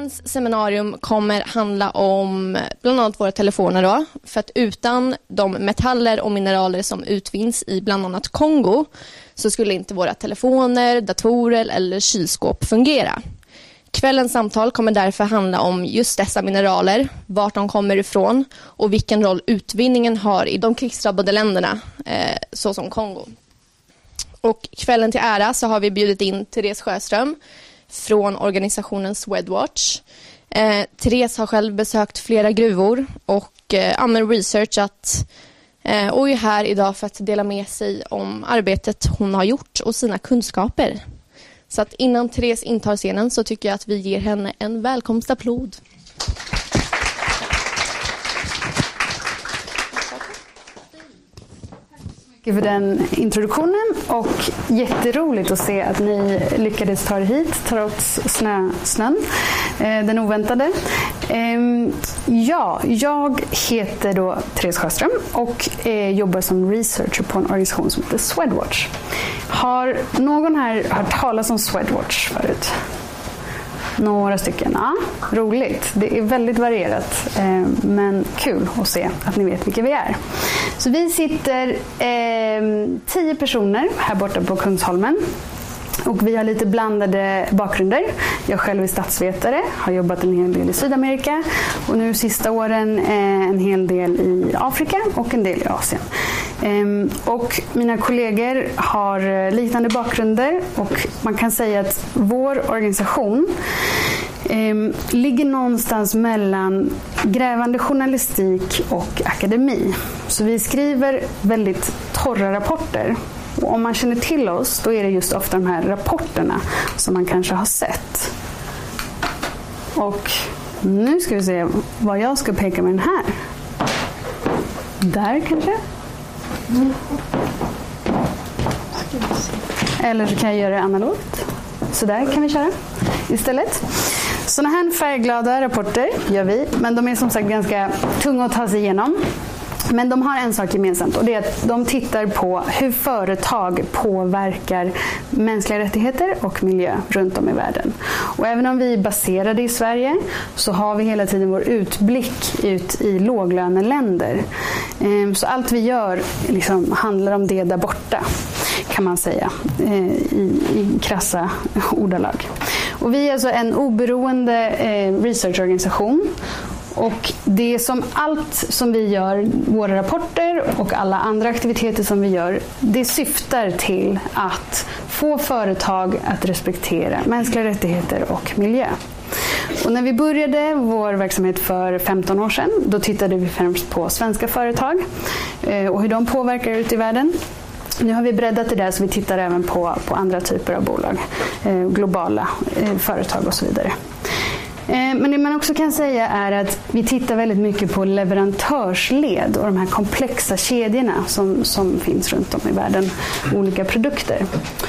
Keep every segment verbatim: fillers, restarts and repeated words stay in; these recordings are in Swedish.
Kvällens seminarium kommer handla om bland annat våra telefoner då. För att utan de metaller och mineraler som utvinns i bland annat Kongo så skulle inte våra telefoner, datorer eller kylskåp fungera. Kvällens samtal kommer därför handla om just dessa mineraler, vart de kommer ifrån och vilken roll utvinningen har i de krigsdrabbade länderna, eh, såsom Kongo. Och kvällen till ära så har vi bjudit in Therese Sjöström från organisationen Swedwatch. Eh, Therese har själv besökt flera gruvor och eh, använder researchat eh, och är här idag för att dela med sig om arbetet hon har gjort och sina kunskaper. Så att innan Therese intar scenen så tycker jag att vi ger henne en välkomstapplåd. Tack för den introduktionen och jätteroligt att se att ni lyckades ta er hit trots snö, snön, den oväntade. Ja, jag heter då Therese Sjöström och jobbar som researcher på en organisation som heter Swedwatch. Har någon här hört talas om Swedwatch förut? Några stycken, ja, roligt. Det är väldigt varierat, eh, men kul att se att ni vet vilka vi är. Så vi sitter eh, tio personer här borta på Kungsholmen. Och vi har lite blandade bakgrunder. Jag själv är statsvetare, har jobbat en hel del i Sydamerika och nu sista åren eh, en hel del i Afrika och en del i Asien. Ehm, och mina kollegor har liknande bakgrunder och man kan säga att vår organisation eh, ligger någonstans mellan grävande journalistik och akademi. Så vi skriver väldigt torra rapporter. Och om man känner till oss, då är det just ofta de här rapporterna som man kanske har sett. Och nu ska vi se vad jag ska peka med den här. Där kanske? Mm. Eller så kan jag göra det analogt. Så där kan vi köra istället. Såna här färgglada rapporter gör vi, men de är som sagt ganska tunga att ta sig igenom. Men de har en sak gemensamt och det är att de tittar på hur företag påverkar mänskliga rättigheter och miljö runt om i världen. Och även om vi är baserade i Sverige så har vi hela tiden vår utblick ut i låglöneländer. Så allt vi gör liksom handlar om det där borta, kan man säga, i, i krassa ordalag. Och vi är alltså en oberoende researchorganisation. Och det är som allt som vi gör, våra rapporter och alla andra aktiviteter som vi gör, det syftar till att få företag att respektera mänskliga rättigheter och miljö. Och när vi började vår verksamhet för femton år sedan, då tittade vi främst på svenska företag och hur de påverkar ut i världen. Nu har vi breddat det där så vi tittar även på, på andra typer av bolag, globala företag och så vidare. Men det man också kan säga är att vi tittar väldigt mycket på leverantörsled och de här komplexa kedjorna som, som finns runt om i världen, olika produkter.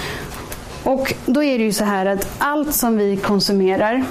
Och då är det ju så här att allt som vi konsumerar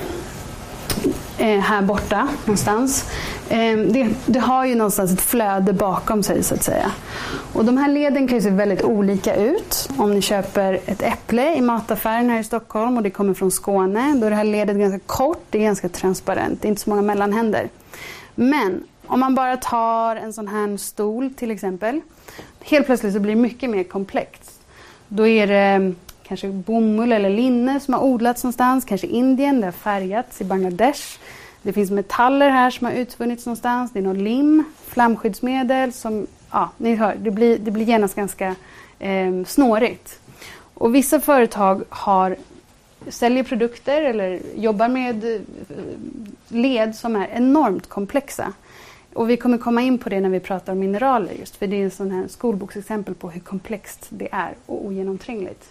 eh, här borta någonstans, eh, det, det har ju någonstans ett flöde bakom sig så att säga. Och de här leden kan ju se väldigt olika ut. Om ni köper ett äpple i mataffären här i Stockholm och det kommer från Skåne, då är det här ledet ganska kort, det är ganska transparent, det är inte så många mellanhänder. Men om man bara tar en sån här stol till exempel, helt plötsligt så blir det mycket mer komplext. Då är det kanske bomull eller linne som har odlats någonstans, kanske Indien, det har färgats i Bangladesh. Det finns metaller här som har utvunnits någonstans, det är något lim, flamskyddsmedel som, ja, ni hör, det blir, det blir genast ganska eh, snårigt. Och vissa företag har, säljer produkter eller jobbar med led som är enormt komplexa. Och vi kommer komma in på det när vi pratar om mineraler just, för det är en sån här skolboksexempel på hur komplext det är och ogenomträngligt.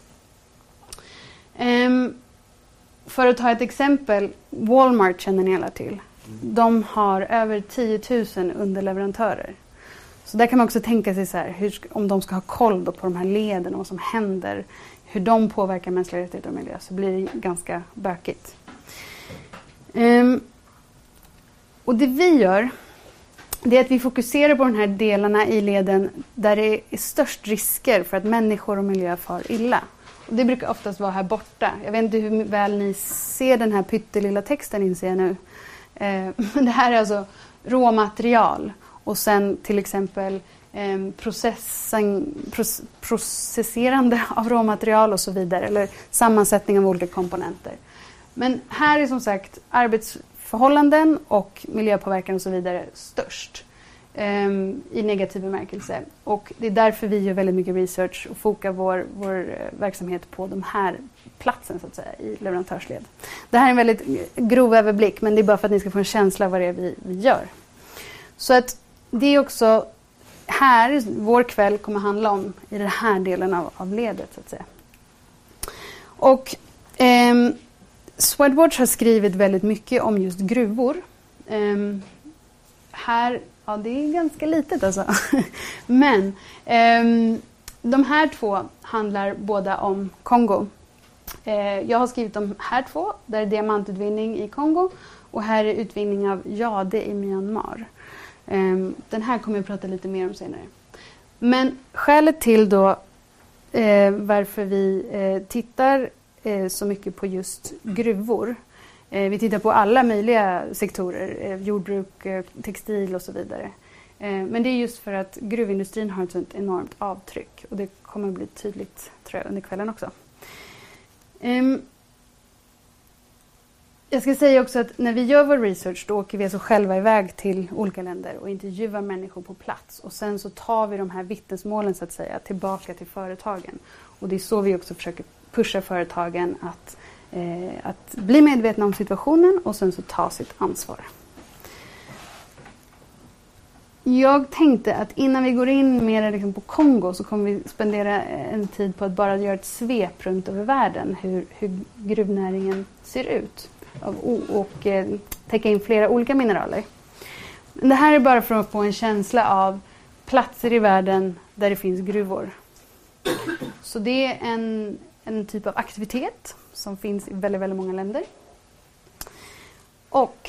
Um, för att ta ett exempel, Walmart känner ni alla till. De har över tio tusen underleverantörer. Så där kan man också tänka sig så här, hur, om de ska ha koll då på de här leden och vad som händer, hur de påverkar mänskliga rättigheter och miljö, så blir det ganska bökigt. Um, och det vi gör, det är att vi fokuserar på de här delarna i leden där det är störst risker för att människor och miljö far illa. Det brukar oftast vara här borta. Jag vet inte hur väl ni ser den här pyttelilla texten inser jag nu. Eh, men det här är alltså råmaterial och sen till exempel eh, processen, proce- processerande av råmaterial och så vidare. Eller sammansättning av olika komponenter. Men här är som sagt arbetsförhållanden och miljöpåverkan och så vidare störst. I negativ bemärkelse. Och det är därför vi gör väldigt mycket research och fokar vår, vår verksamhet på de här platsen så att säga i leverantörsled. Det här är en väldigt grov överblick men det är bara för att ni ska få en känsla av vad det är vi, vi gör. Så att det är också här vår kväll kommer handla om i den här delen av, av ledet så att säga. Och eh, Swedwatch har skrivit väldigt mycket om just gruvor. Eh, här Ja, det är ganska litet alltså. Men eh, de här två handlar båda om Kongo. Eh, jag har skrivit de här två, där är diamantutvinning i Kongo och här är utvinning av jade i Myanmar. Eh, den här kommer jag prata lite mer om senare. Men skälet till då eh, varför vi eh, tittar eh, så mycket på just gruvor. Vi tittar på alla möjliga sektorer, jordbruk, textil och så vidare. Men det är just för att gruvindustrin har ett sånt enormt avtryck. Och det kommer att bli tydligt tror jag, under kvällen också. Jag ska säga också att när vi gör vår research då åker vi alltså själva iväg till olika länder och intervjuar människor på plats. Och sen så tar vi de här vittnesmålen så att säga tillbaka till företagen. Och det är så vi också försöker pusha företagen att Eh, att bli medvetna om situationen och sen så ta sitt ansvar. Jag tänkte att innan vi går in mer liksom på Kongo så kommer vi spendera en tid på att bara göra ett svep runt över världen hur, hur gruvnäringen ser ut och, och eh, täcka in flera olika mineraler. Men det här är bara för att få en känsla av platser i världen där det finns gruvor. Så det är en, en typ av aktivitet som finns i väldigt, väldigt många länder. Och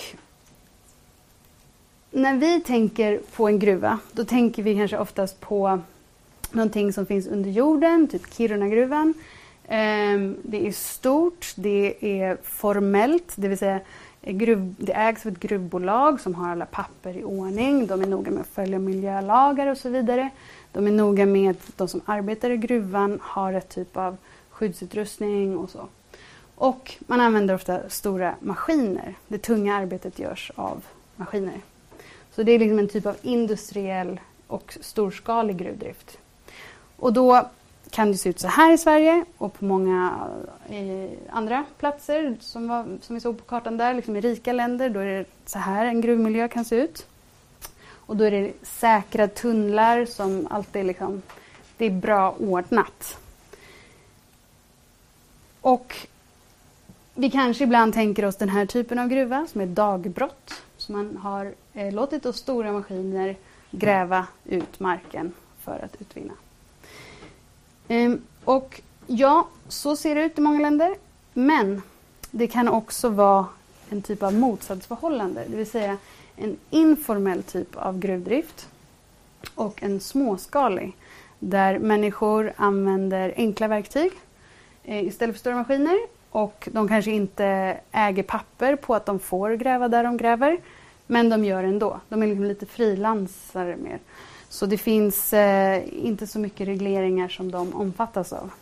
när vi tänker på en gruva, då tänker vi kanske oftast på någonting som finns under jorden, typ Kirunagruvan. Det är stort, det är formellt, det vill säga gruv, det ägs av ett gruvbolag som har alla papper i ordning. De är noga med att följa miljölagar och så vidare. De är noga med att de som arbetar i gruvan har ett typ av skyddsutrustning och så. Och man använder ofta stora maskiner. Det tunga arbetet görs av maskiner. Så det är liksom en typ av industriell och storskalig gruvdrift. Och då kan det se ut så här i Sverige och på många eh, andra platser som, var, som vi såg på kartan där, liksom i rika länder. Då är det så här en gruvmiljö kan se ut. Och då är det säkra tunnlar som alltid liksom, det är bra ordnat. Och vi kanske ibland tänker oss den här typen av gruva som är dagbrott. Så man har eh, låtit då stora maskiner gräva ut marken för att utvinna. Ehm, och ja, så ser det ut i många länder. Men det kan också vara en typ av motsatsförhållande. Det vill säga en informell typ av gruvdrift och en småskalig. Där människor använder enkla verktyg eh, istället för stora maskiner. Och de kanske inte äger papper på att de får gräva där de gräver. Men de gör ändå. De är liksom lite frilansare mer. Så det finns eh, inte så mycket regleringar som de omfattas av.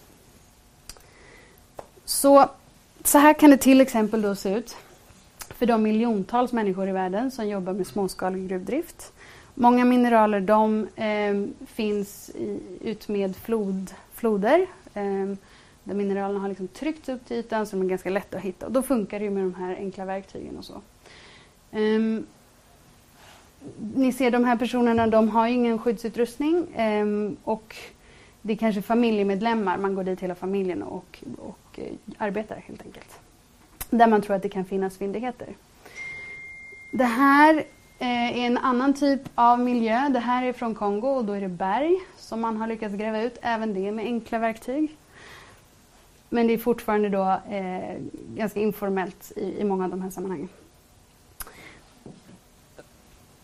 Så, så här kan det till exempel då se ut för de miljontals människor i världen som jobbar med småskalig gruvdrift. Många mineraler de eh, finns i, ut med flod, floder. Eh, där mineralerna har liksom tryckts upp till ytan så de är ganska lätta att hitta. Och då funkar det ju med de här enkla verktygen och så. Um, ni ser de här personerna, de har ingen skyddsutrustning. Um, och det är kanske familjemedlemmar, man går dit hela familjen och, och uh, arbetar helt enkelt. Där man tror att det kan finnas fyndigheter. Det här uh, är en annan typ av miljö. Det här är från Kongo och då är det berg som man har lyckats gräva ut. Även det med enkla verktyg. Men det är fortfarande då eh, ganska informellt i, i många av de här sammanhangen.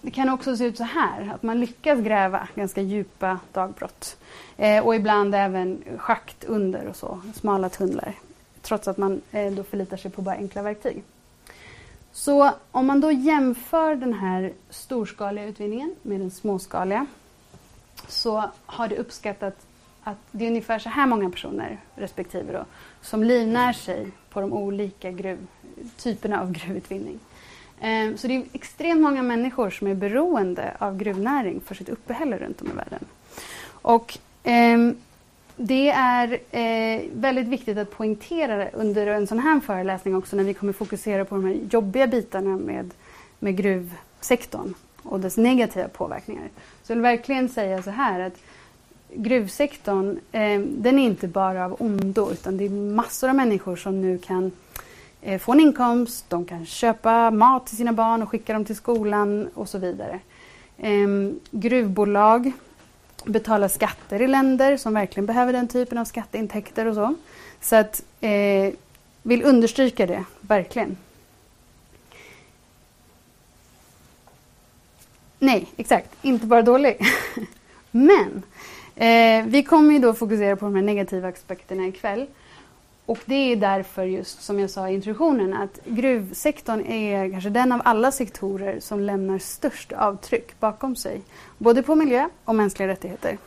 det kan också se ut så här, att man lyckas gräva ganska djupa dagbrott. Eh, och ibland även schakt under och så, smala tunnlar. Trots att man eh, då förlitar sig på bara enkla verktyg. Så om man då jämför den här storskaliga utvinningen med den småskaliga, så har det uppskattat att det är ungefär så här många personer respektive då, som livnär sig på de olika gruv, typerna av gruvutvinning. Eh, så det är extremt många människor som är beroende av gruvnäring för sitt uppehälle runt om i världen. Och eh, det är eh, väldigt viktigt att poängtera det under en sån här föreläsning också, när vi kommer fokusera på de här jobbiga bitarna med, med gruvsektorn och dess negativa påverkningar. Så jag vill verkligen säga så här att gruvsektorn, eh, den är inte bara av ondo, utan det är massor av människor som nu kan eh, få en inkomst, de kan köpa mat till sina barn och skicka dem till skolan och så vidare. Eh, gruvbolag betalar skatter i länder som verkligen behöver den typen av skatteintäkter och så. Så att eh, vill understryka det, verkligen. Nej, exakt. Inte bara dålig. Men eh, vi kommer ju då fokusera på de här negativa aspekterna ikväll. Och det är därför, just som jag sa i introduktionen, att gruvsektorn är kanske den av alla sektorer som lämnar störst avtryck bakom sig. Både på miljö och mänskliga rättigheter.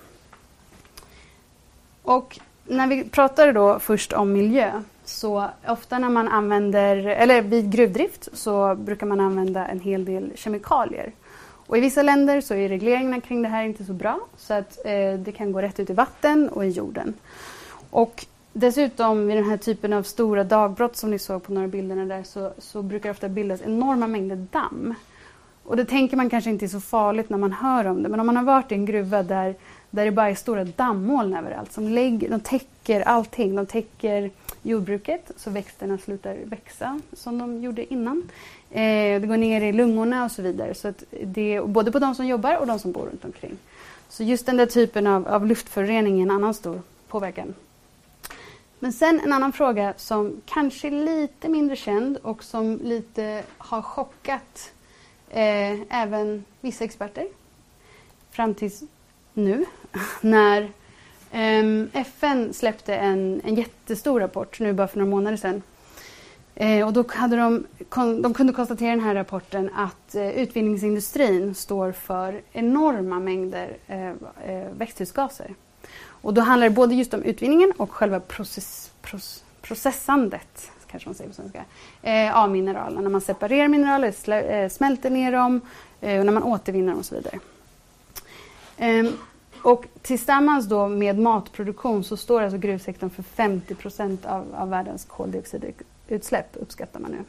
Och när vi pratar då först om miljö, så ofta när man använder, eller vid gruvdrift, så brukar man använda en hel del kemikalier. Och i vissa länder så är regleringarna kring det här inte så bra, så att eh, det kan gå rätt ut i vatten och i jorden. Och dessutom vid den här typen av stora dagbrott som ni såg på några bilderna där, så, så brukar det ofta bildas enorma mängder damm. Och det tänker man kanske inte är så farligt när man hör om det, men om man har varit i en gruva där, där det bara är stora dammoln överallt som lägger, de täcker allting, de täcker jordbruket så växterna slutar växa som de gjorde innan. Eh, det går ner i lungorna och så vidare, så att det är både på de som jobbar och de som bor runt omkring. Så just den där typen av, av luftförorening är en annan stor påverkan. Men sen en annan fråga som kanske är lite mindre känd och som lite har chockat eh, även vissa experter fram tills nu, när eh, F N släppte en, en jättestor rapport nu bara för några månader sedan. Eh, och då hade de, kon, de kunde konstatera i den här rapporten att eh, utvinningsindustrin står för enorma mängder eh, eh, växthusgaser. Och då handlar det både just om utvinningen och själva process, process, processandet, kanske man säger på svenska, eh, av mineraler. När man separerar mineraler, slä, eh, smälter ner dem eh, och när man återvinner dem och så vidare. Eh, och tillsammans då med matproduktion så står alltså gruvsektorn för femtio procent av, av världens koldioxidutsläpp, uppskattar man nu.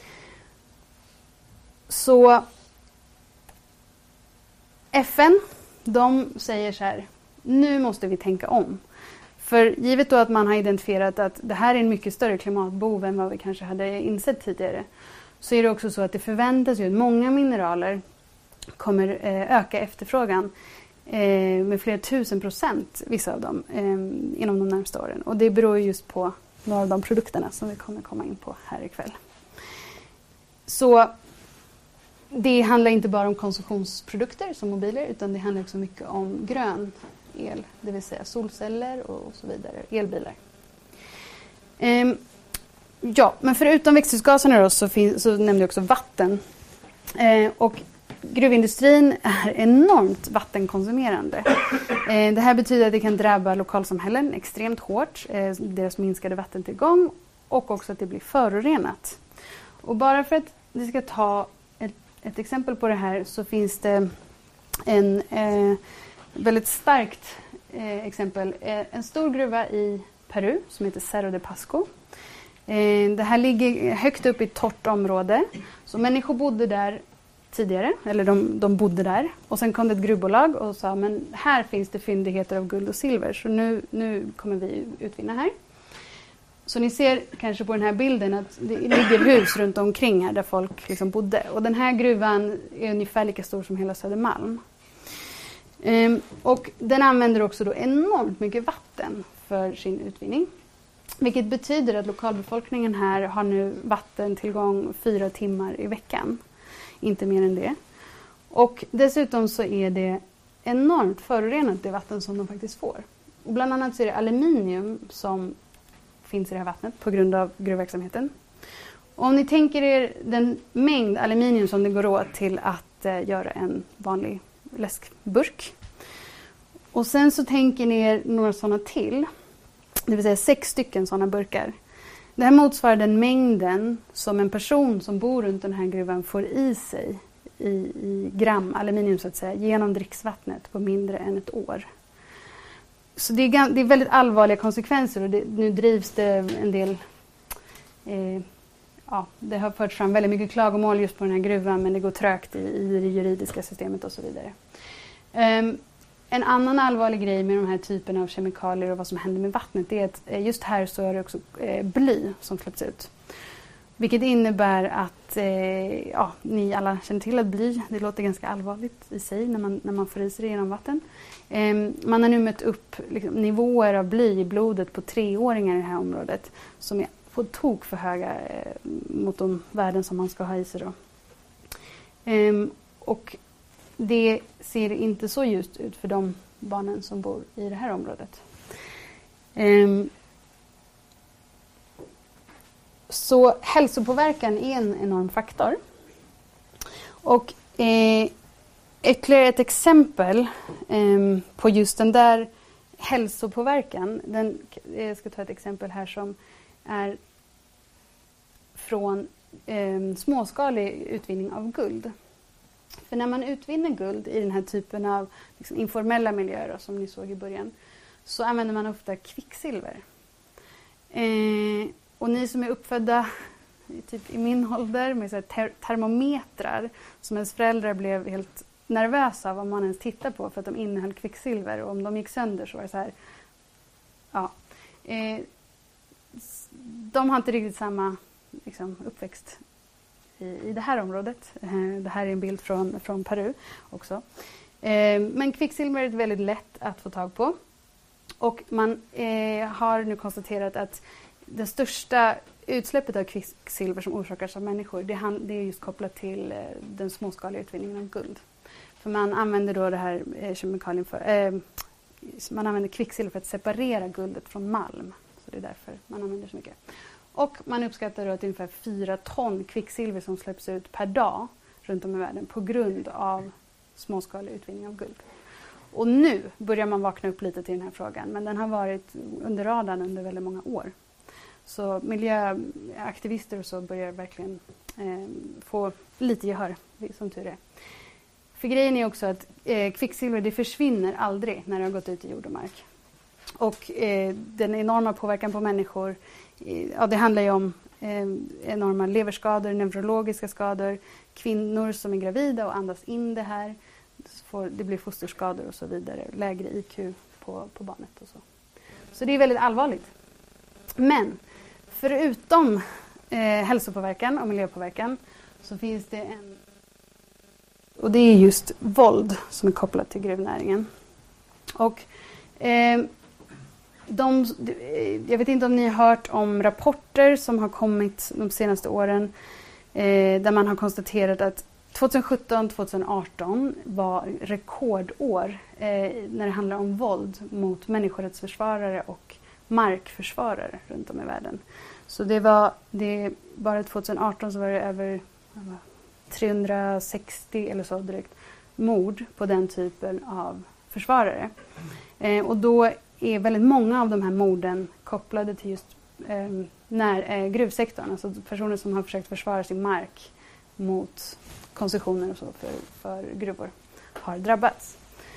Så F N, de säger så här: nu måste vi tänka om. För givet då att man har identifierat att det här är en mycket större klimatbov än vad vi kanske hade insett tidigare, så är det också så att det förväntas ju att många mineraler kommer eh, öka efterfrågan eh, med flera tusen procent, vissa av dem, eh, inom de närmaste åren. Och det beror just på några av de produkterna som vi kommer komma in på här ikväll. Så det handlar inte bara om konsumtionsprodukter som mobiler, utan det handlar också mycket om grön el, det vill säga solceller och så vidare, elbilar. Ehm, ja, men förutom växthusgaserna då, så, fin- så nämnde jag också vatten. Ehm, och gruvindustrin är enormt vattenkonsumerande. Ehm, det här betyder att det kan drabba lokalsamhällen extremt hårt, eh, deras minskade vattentillgång, och också att det blir förorenat. Och bara för att vi ska ta ett, ett exempel på det här, så finns det en eh, väldigt starkt eh, exempel. Eh, en stor gruva i Peru som heter Cerro de Pasco. Eh, det här ligger högt upp i ett torrt område. Så människor bodde där tidigare, eller de, de bodde där. Och sen kom det ett gruvbolag och sa, men här finns det fyndigheter av guld och silver, så nu, nu kommer vi utvinna här. Så ni ser kanske på den här bilden att det ligger hus runt omkring här där folk liksom bodde. Och den här gruvan är ungefär lika stor som hela Södermalm. Um, och den använder också då enormt mycket vatten för sin utvinning. Vilket betyder att lokalbefolkningen här har nu vattentillgång fyra timmar i veckan. Inte mer än det. Och dessutom så är det enormt förorenat det vatten som de faktiskt får. Och bland annat så är det aluminium som finns i det här vattnet på grund av gruvverksamheten. Och om ni tänker er den mängd aluminium som det går åt till att eh, göra en vanlig läskburk. Och sen så tänker ni er några sådana till. Det vill säga sex stycken sådana burkar. Det här motsvarar den mängden som en person som bor runt den här gruvan får i sig i, i gram aluminium så att säga genom dricksvattnet på mindre än ett år. Så det är, det är väldigt allvarliga konsekvenser och det, nu drivs det en del, eh, ja, det har förts fram väldigt mycket klagomål just på den här gruvan men det går trögt i, i det juridiska systemet och så vidare. Um, en annan allvarlig grej med de här typerna av kemikalier och vad som händer med vattnet är att eh, just här så är det också eh, bly som släpps ut. Vilket innebär att eh, ja, ni alla känner till att bly, det låter ganska allvarligt i sig när man, när man får i sig det genom vatten. Eh, man har nu mött upp liksom, nivåer av bly i blodet på treåringar i det här området som är på tok för höga eh, mot de värden som man ska ha i sig då. Eh, och det ser inte så ljust ut för de barnen som bor i det här området. Eh, Så hälsopåverkan är en enorm faktor. Och eh, ytterligare ett exempel eh, på just den där hälsopåverkan. Den, jag ska ta ett exempel här som är från eh, småskalig utvinning av guld. För när man utvinner guld i den här typen av liksom, informella miljöer som ni såg i början så använder man ofta kvicksilver. Eh, Och ni som är uppfödda typ i min ålder med så här ter- termometrar som ens föräldrar blev helt nervösa av vad man ens tittar på för att de innehöll kvicksilver. Och om de gick sönder så var det så här. Ja. Eh, de har inte riktigt samma liksom, uppväxt i, i det här området. Eh, det här är en bild från, från Peru också. Eh, men kvicksilver är väldigt lätt att få tag på. Och man eh, har nu konstaterat att det största utsläppet av kvicksilver som orsakas av människor det, hand, det är just kopplat till eh, den småskaliga utvinningen av guld. För man använder då det här eh, kemikalien för, eh, man använder kvicksilver för att separera guldet från malm. Så det är därför man använder så mycket. Och man uppskattar då att ungefär fyra ton kvicksilver som släpps ut per dag runt om i världen på grund av småskalig utvinning av guld. Och nu börjar man vakna upp lite till den här frågan, men den har varit under radarn under väldigt många år. Så miljöaktivister och så börjar verkligen eh, få lite gehör, som tur är. För grejen är också att eh, kvicksilver det försvinner aldrig när det har gått ut i jord och mark. Och eh, den enorma påverkan på människor, eh, ja, det handlar ju om eh, enorma leverskador, neurologiska skador, kvinnor som är gravida och andas in det här. Får, det blir fosterskador och så vidare, lägre I Q på, på barnet och så. Så det är väldigt allvarligt. Men förutom eh, hälsopåverkan och miljöpåverkan så finns det en... Och det är just våld som är kopplat till gruvnäringen. Och eh, de, jag vet inte om ni har hört om rapporter som har kommit de senaste åren eh, där man har konstaterat att tjugosjutton tjugoarton var rekordår eh, när det handlar om våld mot människorättsförsvarare och markförsvarare runt om i världen. Så det var det bara tjugoarton så var det över trehundrasextio eller så direkt mord på den typen av försvarare. Eh, och då är väldigt många av de här morden kopplade till just eh, när, eh, gruvsektorn, alltså personer som har försökt försvara sin mark mot koncessioner och så för, för gruvor har drabbats.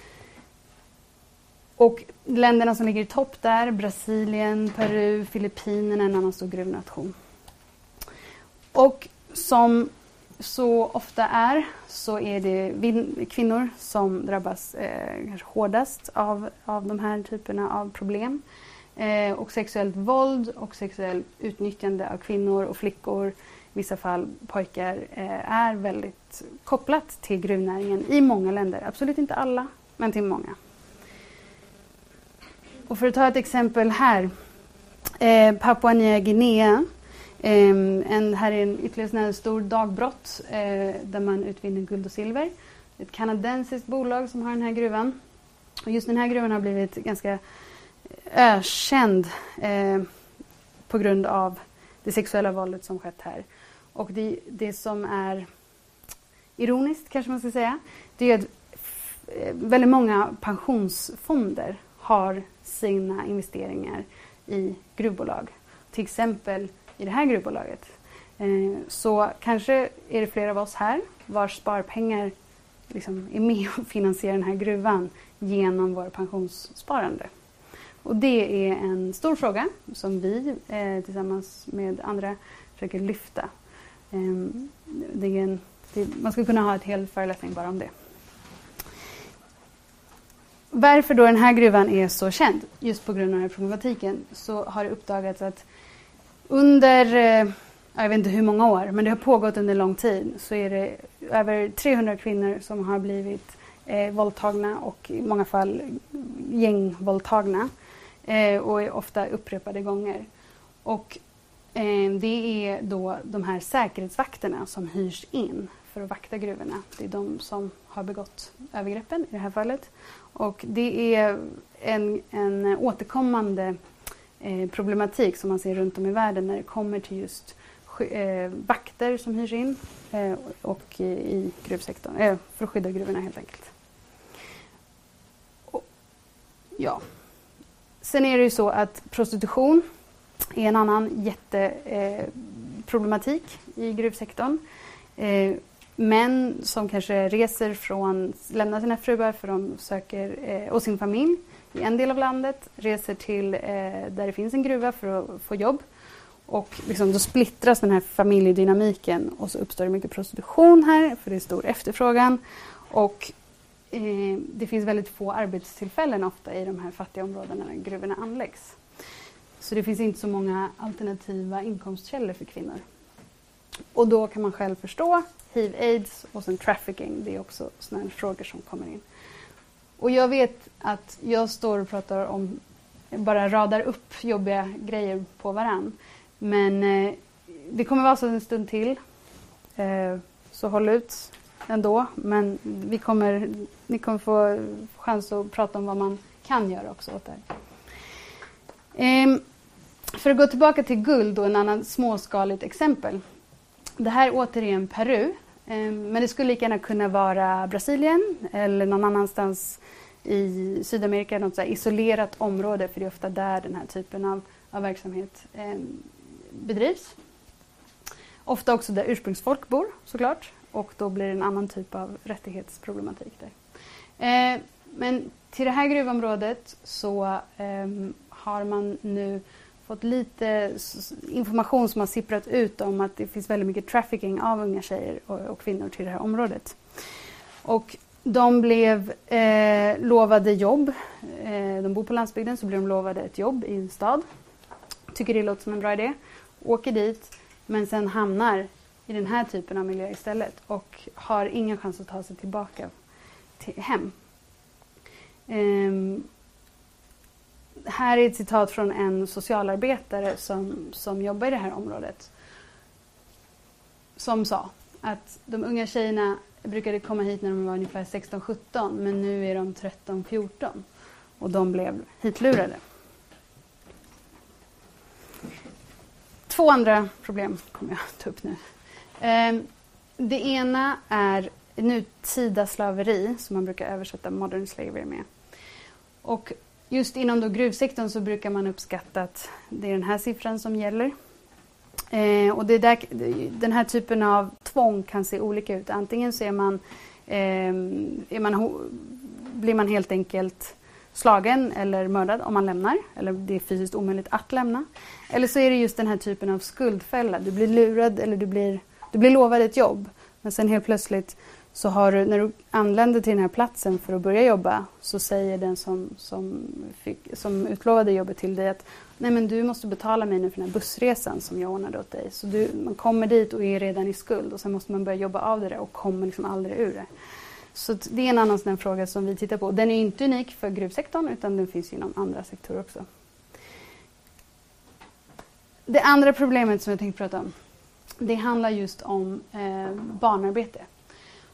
Och länderna som ligger i topp där, Brasilien, Peru, Filippinerna, en annan stor gruvnation. Och som så ofta är så är det vin- kvinnor som drabbas eh, kanske hårdast av, av de här typerna av problem. Eh, och sexuellt våld och sexuellt utnyttjande av kvinnor och flickor, i vissa fall pojkar, eh, är väldigt kopplat till gruvnäringen i många länder. Absolut inte alla, men till många. Och för att ta ett exempel här, eh, Papua Nya Guinea. Eh, en, här är en ytterligare en stor dagbrott eh, där man utvinner guld och silver. ett kanadensiskt bolag som har den här gruvan. Och just den här gruvan har blivit ganska ökänd eh, på grund av det sexuella våldet som skett här. Och det, det som är ironiskt kanske man ska säga, det är att väldigt många pensionsfonder har sina investeringar i gruvbolag. Till exempel i det här gruvbolaget. Eh, så kanske är det flera av oss här vars sparpengar liksom är med och finansierar den här gruvan genom våra pensionssparande. Och det är en stor fråga som vi eh, tillsammans med andra försöker lyfta. Eh, det är en, det, man skulle kunna ha ett helt föreläsning bara om det. Varför då den här gruvan är så känd, just på grund av den här problematiken, så har det uppdagats att under, eh, jag vet inte hur många år, men det har pågått under lång tid, så är det över trehundra kvinnor som har blivit eh, våldtagna och i många fall gängvåldtagna eh, och är ofta upprepade gånger. Och eh, det är då de här säkerhetsvakterna som hyrs in för att vakta gruvorna. Det är de som har begått övergreppen i det här fallet. Och det är en, en återkommande eh, problematik som man ser runt om i världen när det kommer till just eh, vakter som hyrs in eh, och i, i gruvsektorn, eh, för att skydda gruvorna helt enkelt. Och, ja. Sen är det ju så att prostitution är en annan jätteproblematik eh, i gruvsektorn. Eh, Män som kanske reser från, lämnar sina fruar för de söker, eh, och sin familj i en del av landet, reser till eh, där det finns en gruva för att få jobb. Och liksom då splittras den här familjedynamiken och så uppstår det mycket prostitution här för det är stor efterfrågan. Och eh, det finns väldigt få arbetstillfällen ofta i de här fattiga områdena när gruvorna anläggs. Så det finns inte så många alternativa inkomstkällor för kvinnor. Och då kan man själv förstå hiv aids och sen trafficking. Det är också sådana frågor som kommer in. Och jag vet att jag står och pratar om, bara radar upp jobbiga grejer på varann. Men eh, det kommer vara så en stund till. Eh, så håll ut ändå. Men vi kommer, ni kommer få chans att prata om vad man kan göra också åt det här. Eh, för att gå tillbaka till guld och en annan småskaligt exempel. Det här är återigen Peru, eh, men det skulle lika gärna kunna vara Brasilien eller någon annanstans i Sydamerika, något så här isolerat område, för det är ofta där den här typen av, av verksamhet eh, bedrivs. Ofta också där ursprungsfolk bor såklart, och då blir det en annan typ av rättighetsproblematik där. Eh, men till det här gruvområdet så eh, har man nu fått lite information som har sipprat ut om att det finns väldigt mycket trafficking av unga tjejer och, och kvinnor till det här området. Och de blev eh, lovade jobb. Eh, de bor på landsbygden, så blir de lovade ett jobb i en stad. Tycker det låter som en bra idé. Åker dit, men sen hamnar i den här typen av miljö istället och har ingen chans att ta sig tillbaka till hem. Eh, Här är ett citat från en socialarbetare som, som jobbar i det här området. Som sa att de unga tjejerna brukade komma hit när de var ungefär sexton sjutton, men nu är de tretton fjorton och de blev hitlurade. Två andra problem kommer jag ta upp nu. Det ena är nutida slaveri, som man brukar översätta modern slavery med. Och just inom då gruvsektorn så brukar man uppskatta att det är den här siffran som gäller. Eh, och det där, den här typen av tvång kan se olika ut. Antingen så är man, eh, är man, blir man helt enkelt slagen eller mördad om man lämnar. Eller det är fysiskt omöjligt att lämna. Eller så är det just den här typen av skuldfälla. Du blir lurad eller du blir, du blir lovad ett jobb. Men sen helt plötsligt så har du, när du anländer till den här platsen för att börja jobba, så säger den som, som, fick, som utlovade jobbet till dig att nej, men du måste betala mig nu för den här bussresan som jag ordnade åt dig. Så du, man kommer dit och är redan i skuld och sen måste man börja jobba av det där och kommer liksom aldrig ur det. Så det är en annan sån fråga som vi tittar på. Den är inte unik för gruvsektorn, utan den finns inom andra sektorer också. Det andra problemet som jag tänkte prata om, det handlar just om eh, barnarbete.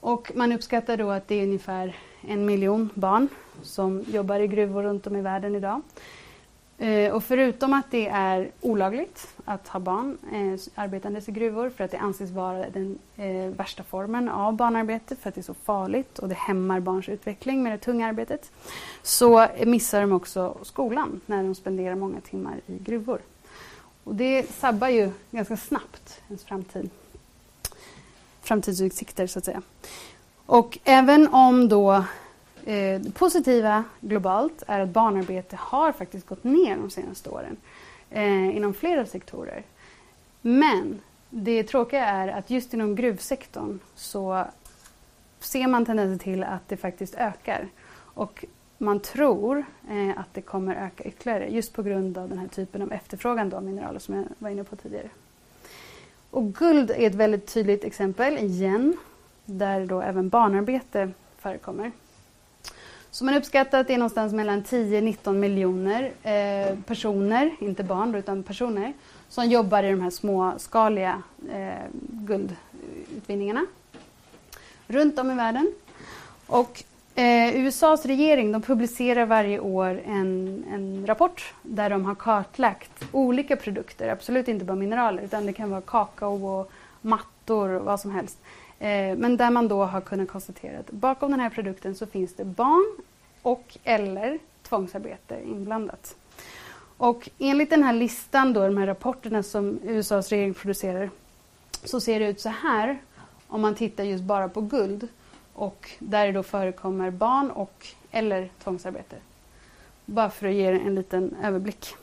Och man uppskattar då att det är ungefär en miljon barn som jobbar i gruvor runt om i världen idag. Eh, och förutom att det är olagligt att ha barn eh, arbetandes i gruvor för att det anses vara den eh, värsta formen av barnarbete för att det är så farligt och det hämmar barns utveckling med det tunga arbetet, så missar de också skolan när de spenderar många timmar i gruvor. Och det sabbar ju ganska snabbt ens framtid. Framtidsutsikter så att säga. Och även om då eh, det positiva globalt är att barnarbete har faktiskt gått ner de senaste åren eh, inom flera sektorer. Men det tråkiga är att just inom gruvsektorn så ser man tendenser till att det faktiskt ökar. Och man tror eh, att det kommer öka ytterligare just på grund av den här typen av efterfrågan på mineraler som jag var inne på tidigare. Och guld är ett väldigt tydligt exempel igen, där då även barnarbete förekommer. Så man uppskattar att det är någonstans mellan tio till nitton miljoner eh, personer, inte barn utan personer, som jobbar i de här småskaliga eh, guldutvinningarna runt om i världen. Och eh, U S A:s regering, de publicerar varje år en, en rapport där de har kartlagt olika produkter, absolut inte bara mineraler utan det kan vara kakao och mattor och vad som helst. Eh, men där man då har kunnat konstatera att bakom den här produkten så finns det barn och eller tvångsarbete inblandat. Och enligt den här listan då, de här rapporterna som U S A:s regering producerar, så ser det ut så här om man tittar just bara på guld. Och där det då förekommer barn och eller tvångsarbete. Bara för att ge er en liten överblick.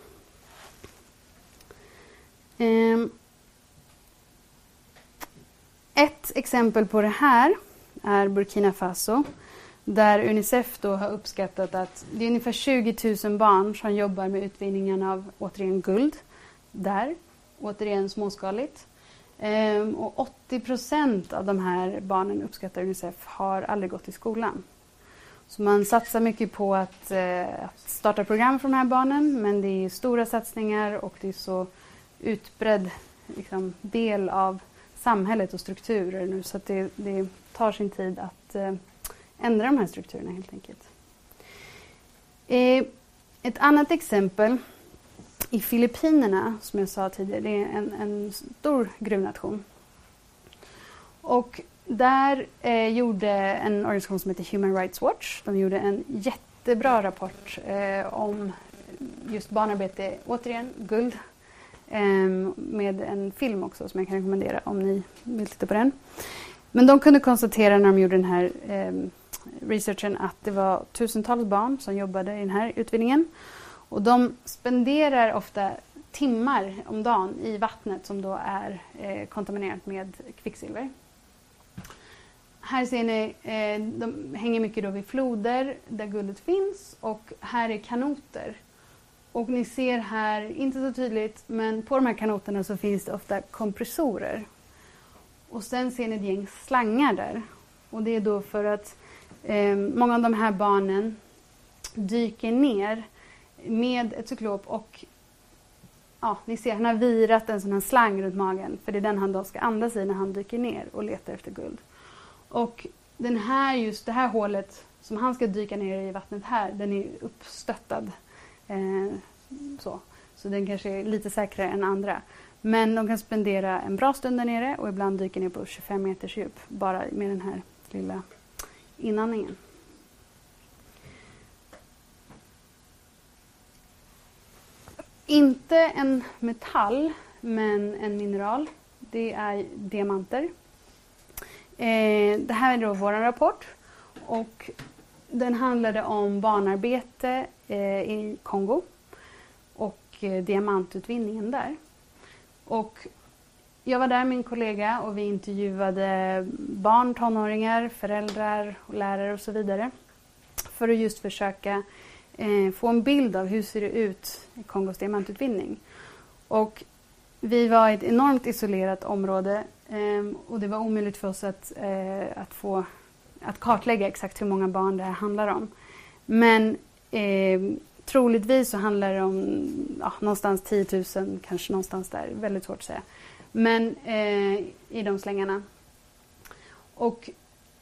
Um, ett exempel på det här är Burkina Faso. Där Unicef då har uppskattat att det är ungefär tjugo tusen barn som jobbar med utvinningen av återigen guld. Där, återigen småskaligt. Um, och åttio procent av de här barnen, uppskattar Unicef, har aldrig gått i skolan. Så man satsar mycket på att, uh, att starta program för de här barnen, men det är stora satsningar och det är så utbredd liksom, del av samhället och strukturer nu, så att det, det tar sin tid att uh, ändra de här strukturerna helt enkelt. Uh, ett annat exempel i Filippinerna, som jag sa tidigare, det är en, en stor gruvnation. Och där eh, gjorde en organisation som heter Human Rights Watch, de gjorde en jättebra rapport eh, om just barnarbete, återigen guld, eh, med en film också som jag kan rekommendera om ni vill titta på den. Men de kunde konstatera när de gjorde den här eh, researchen att det var tusentals barn som jobbade i den här utvinningen. Och de spenderar ofta timmar om dagen i vattnet som då är eh, kontaminerat med kvicksilver. Här ser ni, eh, de hänger mycket då vid floder där guldet finns, och här är kanoter. Och ni ser här, inte så tydligt, men på de här kanoterna så finns det ofta kompressorer. Och sen ser ni ett gäng slangar där. Och det är då för att eh, många av de här barnen dyker ner med ett cyklop, och ja, ni ser, han har virat en sån här slang runt magen, för det är den han då ska andas i när han dyker ner och letar efter guld. Och den här, just det här hålet som han ska dyka ner i vattnet här, den är uppstöttad. Eh, så. så den kanske är lite säkrare än andra. Men de kan spendera en bra stund där nere och ibland dyka ner på tjugofem meters djup bara med den här lilla inandningen. Inte en metall, men en mineral. Det är diamanter. Eh, det här är då vår rapport. Och den handlade om barnarbete eh, i Kongo. Och eh, diamantutvinningen där. Och jag var där med min kollega och vi intervjuade barn, tonåringar, föräldrar, och lärare och så vidare. För att just försöka Eh, få en bild av hur ser det ut i Kongos diamantutvinning. Och vi var i ett enormt isolerat område eh, och det var omöjligt för oss att, eh, att, få, att kartlägga exakt hur många barn det här handlar om. Men eh, troligtvis så handlar det om ja, någonstans tio tusen, kanske någonstans där, väldigt svårt att säga. Men eh, i de slängarna. Och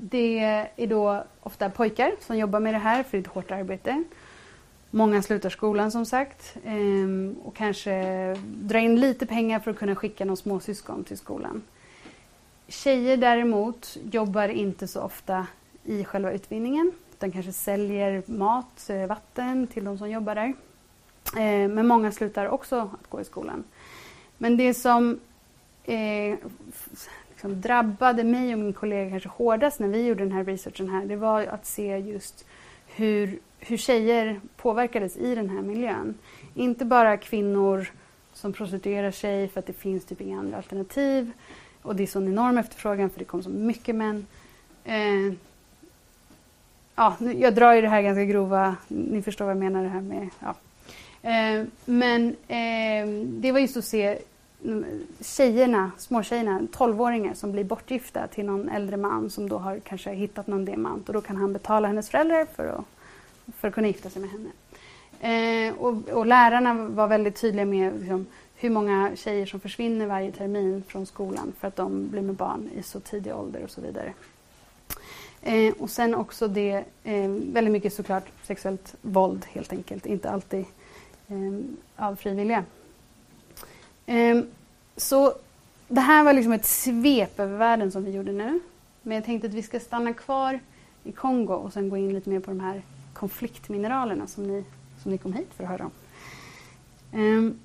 det är då ofta pojkar som jobbar med det här, för det är ett hårt arbete. Många slutar skolan som sagt och kanske drar in lite pengar för att kunna skicka någon småsyskon till skolan. Tjejer däremot jobbar inte så ofta i själva utvinningen, utan kanske säljer mat, vatten till de som jobbar där. Men många slutar också att gå i skolan. Men det som eh, liksom drabbade mig och min kollega kanske hårdast när vi gjorde den här researchen här, det var att se just hur, hur tjejer påverkades i den här miljön. Inte bara kvinnor som prostituerar sig för att det finns typ inga andra alternativ. Och det är så en enorm efterfrågan för det kommer så mycket män. Eh, ja, jag drar ju det här ganska grova, ni förstår vad jag menar det här med. Ja. Eh, men eh, det var just att se tjejerna, småtjejerna, tolvåringar som blir bortgifta till någon äldre man som då har kanske hittat någon diamant och då kan han betala hennes föräldrar för att, för att kunna gifta sig med henne. Eh, och, och lärarna var väldigt tydliga med liksom, hur många tjejer som försvinner varje termin från skolan för att de blir med barn i så tidig ålder och så vidare. Eh, och sen också det, eh, väldigt mycket såklart sexuellt våld helt enkelt, inte alltid eh, av frivilliga. Eh, så det här var liksom ett svep över världen som vi gjorde nu. Men jag tänkte att vi ska stanna kvar i Kongo och sen gå in lite mer på de här konfliktmineralerna som ni, som ni kom hit för att höra om. Eh,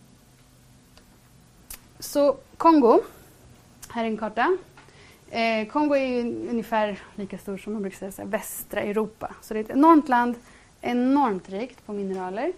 Så Kongo, här är en karta. Eh, Kongo är ju ungefär lika stor som man brukar säga, så här, västra Europa. Så det är ett enormt land, enormt rikt på mineraler.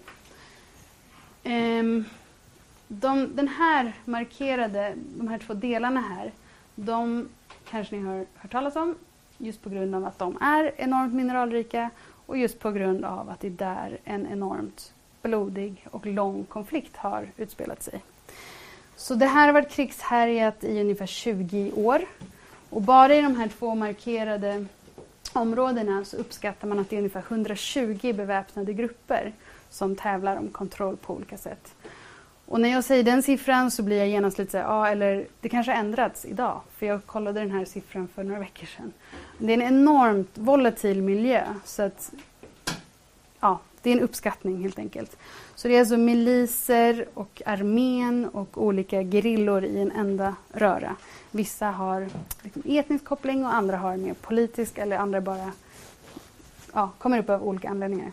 Eh, de, den här markerade, de här två delarna här, de kanske ni har hört talas om just på grund av att de är enormt mineralrika och just på grund av att det är där en enormt blodig och lång konflikt har utspelat sig. Så det här har varit krigshärjat i ungefär tjugo år. Och bara i de här två markerade områdena så uppskattar man att det är ungefär hundratjugo beväpnade grupper som tävlar om kontroll på olika sätt. Och när jag säger den siffran så blir jag genast lite så här, ja eller det kanske har ändrats idag. För jag kollade den här siffran för några veckor sedan. Det är en enormt volatil miljö så att ja, det är en uppskattning helt enkelt. Så det är alltså miliser och armén och olika gerillor i en enda röra. Vissa har liksom etnisk koppling och andra har mer politisk eller andra bara ja, kommer upp av olika anledningar.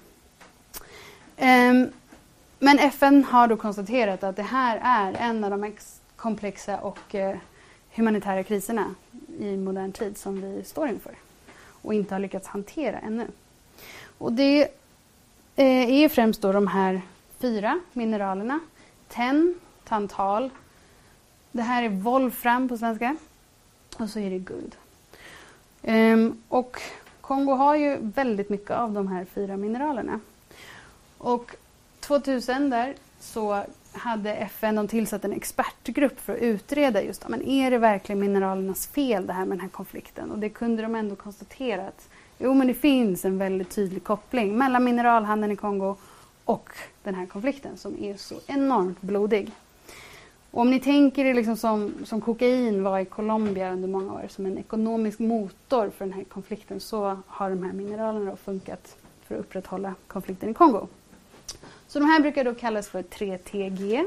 Um, men F N har då konstaterat att det här är en av de mest komplexa och uh, humanitära kriserna i modern tid som vi står inför och inte har lyckats hantera ännu. Och det uh, är främst då de här fyra mineralerna. Tenn, tantal. Det här är wolfram på svenska. Och så är det guld. Um, och Kongo har ju väldigt mycket av de här fyra mineralerna. Och tvåtusen där så hade F N de tillsatt en expertgrupp för att utreda just men är det verkligen mineralernas fel det här med den här konflikten? Och det kunde de ändå konstatera att jo men det finns en väldigt tydlig koppling mellan mineralhandeln i Kongo och den här konflikten som är så enormt blodig. Och om ni tänker er liksom som, som kokain var i Colombia under många år som en ekonomisk motor för den här konflikten så har de här mineralerna då funkat för att upprätthålla konflikten i Kongo. Så de här brukar då kallas för tre T G.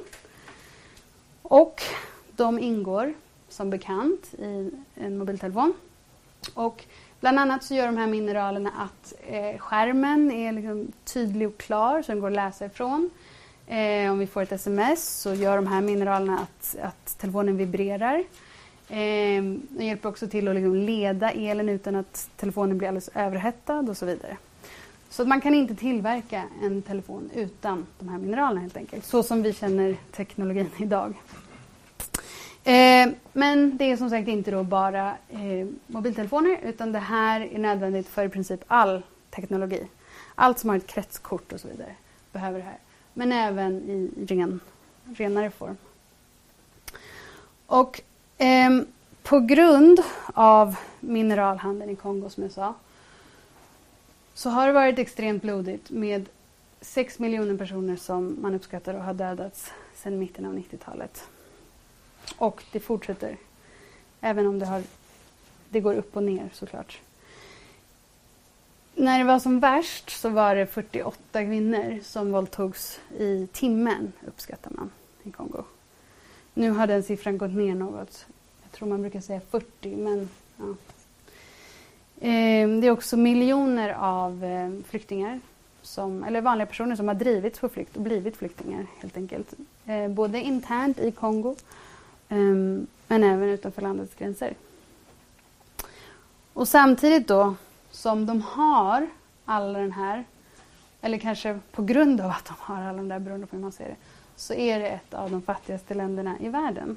Och de ingår som bekant i en mobiltelefon. Och bland annat så gör de här mineralerna att eh, skärmen är liksom tydlig och klar så den går att läsa ifrån. Eh, om vi får ett sms så gör de här mineralerna att, att telefonen vibrerar. Eh, de hjälper också till att liksom leda elen utan att telefonen blir alldeles överhettad och så vidare. Så att man kan inte tillverka en telefon utan de här mineralerna helt enkelt. Så som vi känner teknologin idag. Eh, men det är som sagt inte då bara eh, mobiltelefoner utan det här är nödvändigt för i princip all teknologi. Allt som har ett kretskort och så vidare behöver det här. Men även i ren, renare form. Och eh, på grund av mineralhandeln i Kongo som jag sa så har det varit extremt blodigt med sex miljoner personer som man uppskattar och har dödats sedan mitten av nittiotalet. Och det fortsätter, även om det, har, det går upp och ner såklart. när det var som värst så var det fyrtioåtta kvinnor som våldtogs i timmen, uppskattar man, i Kongo. Nu har den siffran gått ner något. Jag tror man brukar säga fyrtio, men ja. Det är också miljoner av flyktingar, som, eller vanliga personer som har drivits på flykt och blivit flyktingar helt enkelt. Både internt i Kongo, men även utanför landets gränser. Och samtidigt då, som de har alla den här, eller kanske på grund av att de har alla de där, beroende på hur man ser det, så är det ett av de fattigaste länderna i världen.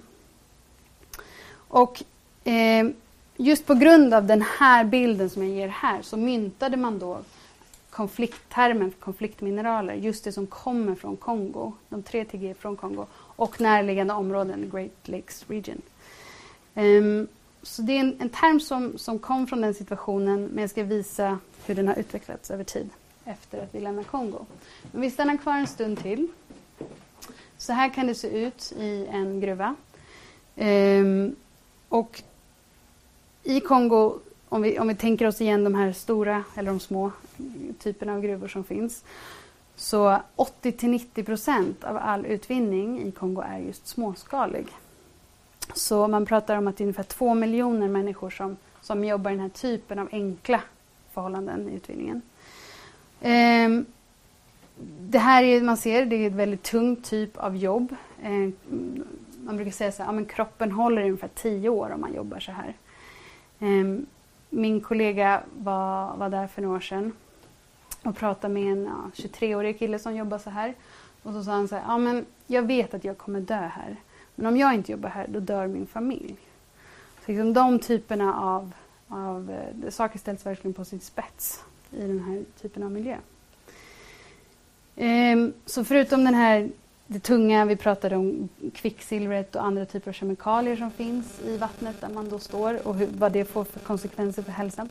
Och eh, just på grund av den här bilden som jag ger här så myntade man då konflikttermen för konfliktmineraler, just det som kommer från Kongo, de tre T G från Kongo och närliggande områden, Great Lakes Region. Um, så det är en, en term som, som kom från den situationen, men jag ska visa hur den har utvecklats över tid efter att vi lämnar Kongo. Men vi stannar kvar en stund till. Så här kan det se ut i en gruva. Um, och i Kongo, om vi, om vi tänker oss igen de här stora eller de små typerna av gruvor som finns, så åttio till nittio procent av all utvinning i Kongo är just småskalig. Så man pratar om att det är ungefär två miljoner människor som, som jobbar i den här typen av enkla förhållanden i utvinningen. Um, det här är, man ser, det är ett väldigt tungt typ av jobb. Um, man brukar säga så här, ja, men kroppen håller i ungefär tio år om man jobbar så här. Um, min kollega var, var där för några år sedan och pratade med en ja, tjugotre-årig kille som jobbar så här. Och så sa han så här, ja men jag vet att jag kommer dö här. Men om jag inte jobbar här, då dör min familj. Så liksom de typerna av, av saker ställs verkligen på sin spets i den här typen av miljö. Um, så förutom den här, det tunga, vi pratade om kvicksilvret och andra typer av kemikalier som finns i vattnet där man då står och hur, vad det får för konsekvenser för hälsan.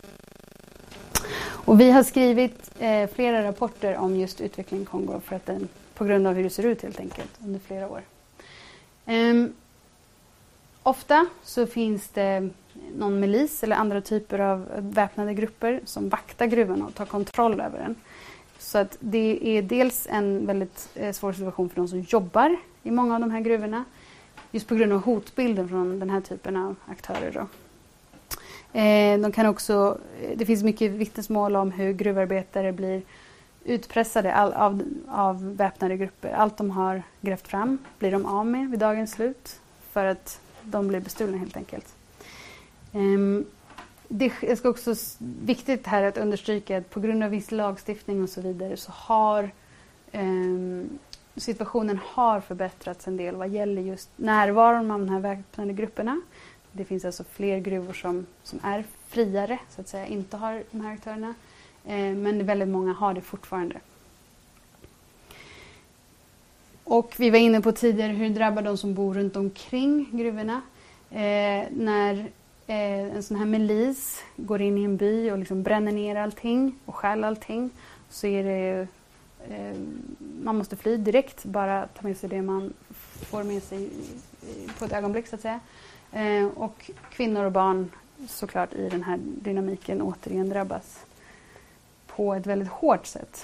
Och vi har skrivit eh, flera rapporter om just utvecklingen i Kongo för att den, på grund av hur det ser ut helt enkelt under flera år. Um, ofta så finns det någon milis eller andra typer av väpnade grupper som vaktar gruvan och tar kontroll över den. Så att det är dels en väldigt eh, svår situation för de som jobbar i många av de här gruvorna. Just på grund av hotbilden från den här typen av aktörer. Då. Eh, de kan också, det finns mycket vittnesmål om hur gruvarbetare blir utpressade all, av, av väpnade grupper. Allt de har grävt fram blir de av med vid dagens slut för att de blir bestulna helt enkelt. Um, det är ska också viktigt här att understryka att på grund av viss lagstiftning och så vidare så har um, situationen har förbättrats en del vad gäller just närvaron av de här väpnade grupperna. Det finns alltså fler gruvor som, som är friare, så att säga, inte har de här aktörerna. Men väldigt många har det fortfarande. Och vi var inne på tidigare hur det drabbar de som bor runt omkring gruvorna. Eh, när eh, en sån här milis går in i en by och liksom bränner ner allting och stjäl allting, så är det eh, man måste fly direkt, bara ta med sig det man får med sig på ett ögonblick så att säga. Eh, och kvinnor och barn såklart i den här dynamiken återigen drabbas på ett väldigt hårt sätt.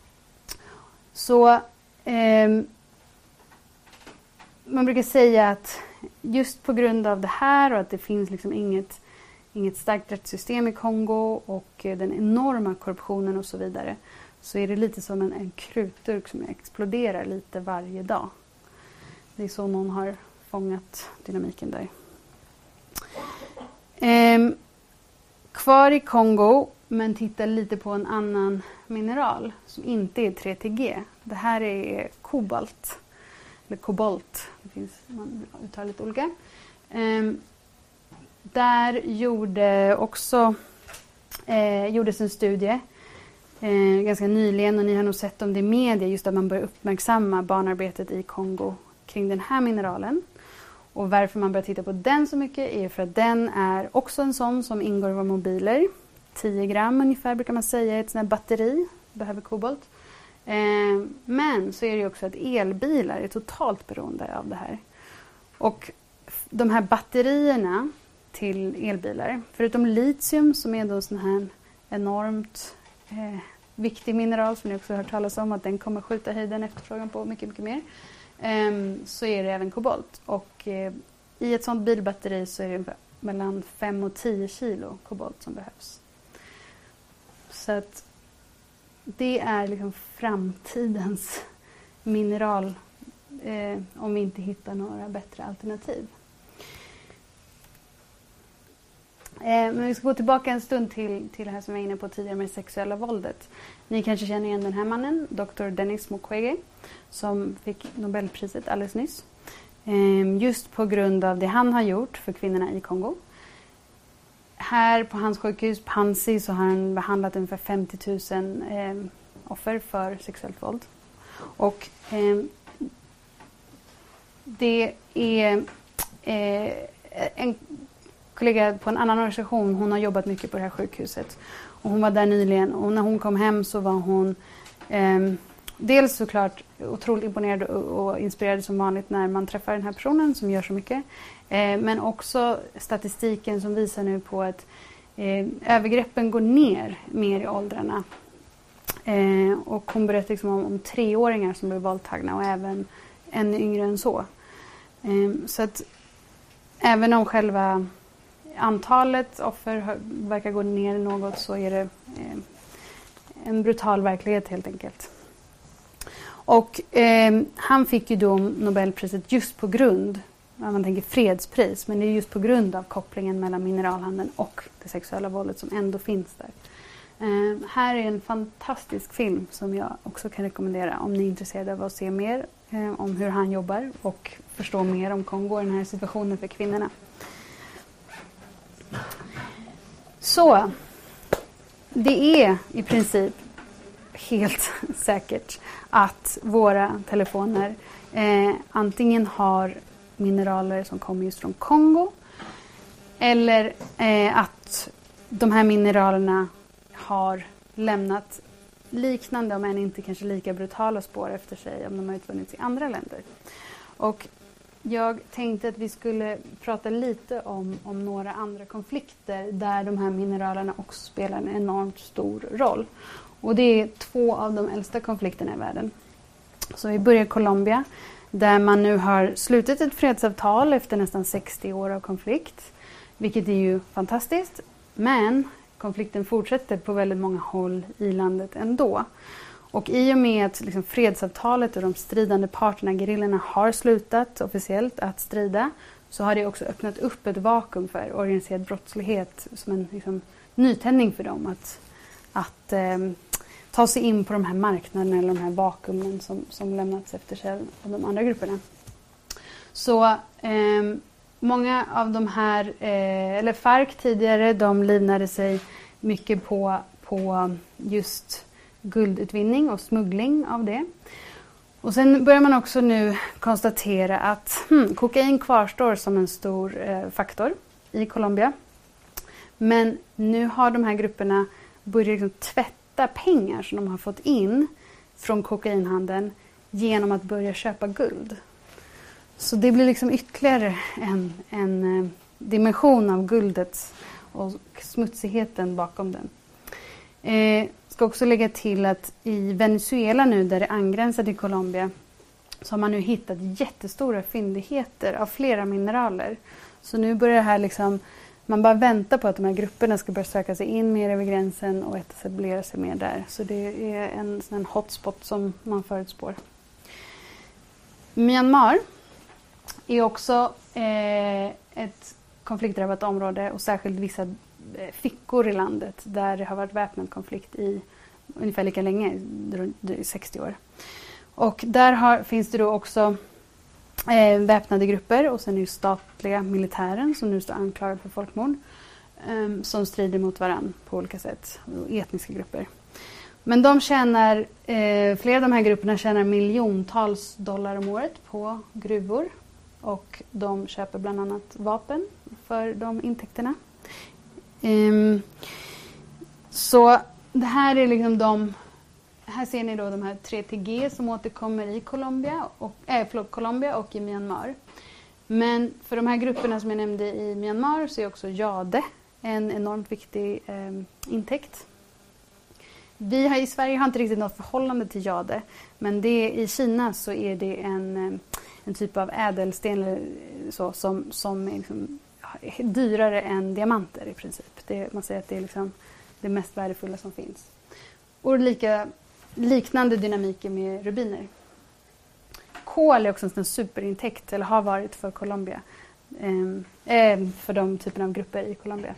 Så eh, man brukar säga att just på grund av det här och att det finns liksom inget, inget starkt rättssystem i Kongo och eh, den enorma korruptionen och så vidare, så är det lite som en, en krutdurk som exploderar lite varje dag. Det är så någon har fångat dynamiken där. Eh, kvar i Kongo, men titta lite på en annan mineral som inte är tre T G. Det här är kobolt. Eller kobolt. Det finns, man uttalar lite olika. Eh, där gjorde också, eh, gjordes en studie eh, ganska nyligen, och ni har nog sett om det i media, just att man börjar uppmärksamma barnarbetet i Kongo kring den här mineralen. Och varför man börjar titta på den så mycket är för att den är också en sån som ingår i våra mobiler. tio gram ungefär brukar man säga, ett sånt här batteri behöver kobolt. Eh, men så är det ju också att elbilar är totalt beroende av det här. Och de här batterierna till elbilar, förutom litium som är då sån här enormt eh, viktig mineral som ni också har hört talas om, att den kommer skjuta höjden efterfrågan på mycket, mycket mer. Eh, så är det även kobolt. Och eh, i ett sådant bilbatteri så är det mellan fem och tio kilo kobolt som behövs. Så att det är liksom framtidens mineral eh, om vi inte hittar några bättre alternativ. Eh, men vi ska gå tillbaka en stund till, till det här som vi var inne på tidigare med sexuella våldet. Ni kanske känner igen den här mannen, doktor Denis Mukwege, som fick Nobelpriset alldeles nyss. Eh, just på grund av det han har gjort för kvinnorna i Kongo. Här på hans sjukhus, Panzi, så har han behandlat ungefär femtio tusen eh, offer för sexuellt våld. Och eh, det är eh, en kollega på en annan organisation, hon har jobbat mycket på det här sjukhuset. Och hon var där nyligen och när hon kom hem så var hon eh, dels såklart otroligt imponerad och, och inspirerad som vanligt när man träffar den här personen som gör så mycket. Eh, men också statistiken som visar nu på att eh, övergreppen går ner mer i åldrarna. Eh, och hon berättar liksom om, om treåringar som blir våldtagna och även ännu yngre än så. Eh, så att även om själva antalet offer verkar gå ner något så är det eh, en brutal verklighet helt enkelt. Och eh, han fick ju då Nobelpriset just på grund, man tänker fredspris, men det är just på grund av kopplingen mellan mineralhandeln och det sexuella våldet som ändå finns där. Eh, här är en fantastisk film som jag också kan rekommendera om ni är intresserade av att se mer eh, om hur han jobbar och förstå mer om Kongo och den här situationen för kvinnorna. Så, det är i princip helt säkert att våra telefoner eh, antingen har mineraler som kommer just från Kongo eller eh, att de här mineralerna har lämnat liknande, om än inte kanske lika brutala spår efter sig om de har utvunnits i andra länder. Och jag tänkte att vi skulle prata lite om, om några andra konflikter där de här mineralerna också spelar en enormt stor roll. Och det är två av de äldsta konflikterna i världen. Så vi börjar i Colombia där man nu har slutit ett fredsavtal efter nästan sextio år av konflikt. Vilket är ju fantastiskt. Men konflikten fortsätter på väldigt många håll i landet ändå. Och i och med att liksom fredsavtalet och de stridande parterna, gerillorna, har slutat officiellt att strida så har det också öppnat upp ett vakuum för organiserad brottslighet som en liksom, nytändning för dem att, att eh, ta sig in på de här marknaderna eller de här vakuumen som, som lämnats efter sig av de andra grupperna. Så eh, många av de här, eh, eller FARC tidigare, de livnade sig mycket på, på just guldutvinning och smuggling av det. Och sen börjar man också nu konstatera att hmm, kokain kvarstår som en stor eh, faktor i Colombia. Men nu har de här grupperna börjat liksom tvätta pengar som de har fått in från kokainhandeln genom att börja köpa guld. Så det blir liksom ytterligare en, en eh, dimension av guldet och smutsigheten bakom den. Eh, ska också lägga till att i Venezuela nu, där det angränsar till Colombia, så har man nu hittat jättestora fyndigheter av flera mineraler. Så nu börjar det här liksom, man bara väntar på att de här grupperna ska börja söka sig in mer över gränsen och etablera sig mer där. Så det är en sån hotspot som man förutspår. Myanmar är också eh, ett konfliktdrabbat område och särskilt vissa fickor i landet där det har varit väpnad konflikt i ungefär lika länge, sextio år. Och där har, finns det då också eh, väpnade grupper och sen är det statliga militären som nu står anklagad för folkmord eh, som strider mot varann på olika sätt, och etniska grupper. Men de tjänar, eh, flera av de här grupperna tjänar miljontals dollar om året på gruvor och de köper bland annat vapen för de intäkterna. Um, så det här är liksom de, här ser ni då de här tre T G som återkommer i Colombia och, äh, förlåt, Colombia och i Myanmar. Men för de här grupperna som jag nämnde i Myanmar så är också jade en enormt viktig eh, intäkt. vi här i Sverige har inte riktigt något förhållande till jade, men det, i Kina så är det en, en typ av ädelsten så, som, som är liksom dyrare än diamanter i princip. Det, man säger att det är liksom det mest värdefulla som finns. Och lika, liknande dynamiker med rubiner. Kol är också en superintäkt, eller har varit för Colombia. Eh, för de typerna av grupper i Colombia.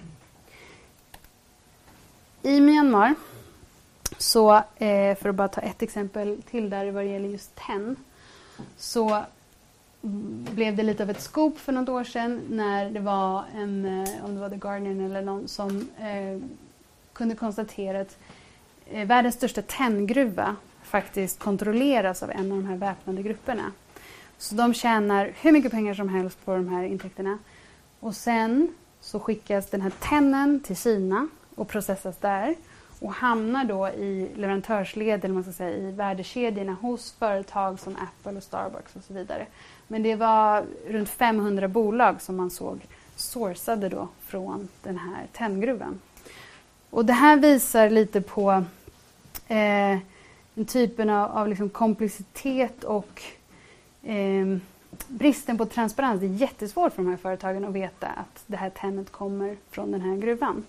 I Myanmar, så eh, för att bara ta ett exempel till där vad det gäller just tenn, så blev det lite av ett scoop för något år sedan när det var en, om det var The Guardian eller någon som eh, kunde konstatera att eh, världens största tenngruva faktiskt kontrolleras av en av de här väpnade grupperna. Så de tjänar hur mycket pengar som helst på de här intäkterna. Och sen så skickas den här tennen till Kina och processas där. Och hamnar då i leverantörsled, eller man ska säga, i värdekedjorna hos företag som Apple och Starbucks och så vidare. Men det var runt femhundra bolag som man såg sourcade då från den här tenngruvan. Och det här visar lite på eh, en typen av, av liksom komplexitet och eh, bristen på transparens. Det är jättesvårt för de här företagen att veta att det här tennet kommer från den här gruvan.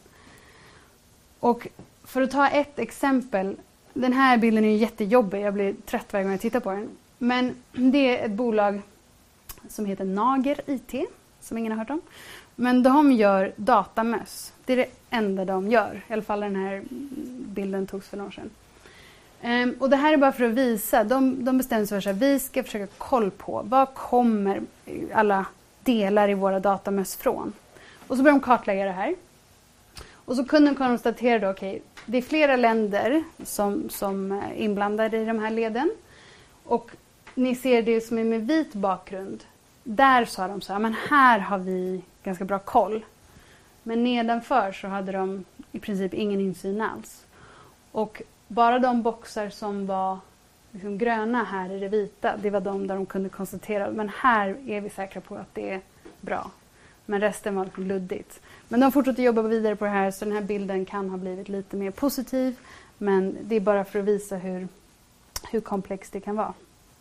Och för att ta ett exempel, den här bilden är ju jättejobbig, jag blir trött varje gång jag tittar på den. Men det är ett bolag som heter Nager I T, som ingen har hört om. Men de gör datamöss. Det är det enda de gör. I alla fall den här bilden togs för några år sedan. Um, och det här är bara för att visa. De, de bestämmer sig för att vi ska försöka koll på vad kommer alla delar i våra datamöss från. Och så börjar de kartlägga det här. Och så kunde de konstatera då, okej, okay, det är flera länder som, som är inblandade i de här leden. Och ni ser det som är med vit bakgrund. Där sa de så här, men här har vi ganska bra koll. Men nedanför så hade de i princip ingen insyn alls. Och bara de boxar som var liksom gröna här i det vita, det var de där de kunde konstatera, men här är vi säkra på att det är bra. Men resten var liksom luddigt. Men de fortsatte jobba vidare på det här, så den här bilden kan ha blivit lite mer positiv. Men det är bara för att visa hur, hur komplext det kan vara.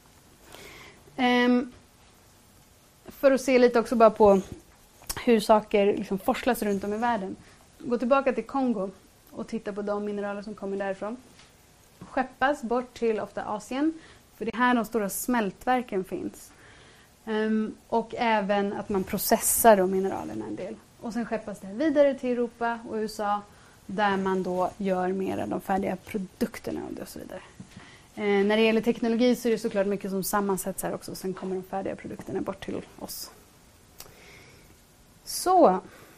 Um, för att se lite också bara på hur saker liksom forslas runt om i världen. Gå tillbaka till Kongo och titta på de mineraler som kommer därifrån. Skeppas bort till ofta Asien, för det är här de stora smältverken finns. Um, och även att man processar de mineralerna en del. Och sen skeppas det vidare till Europa och U S A, där man då gör mer av de färdiga produkterna och, det och så vidare. Eh, när det gäller teknologi så är det såklart mycket som sammansätts här också. Sen kommer de färdiga produkterna bort till oss. Så,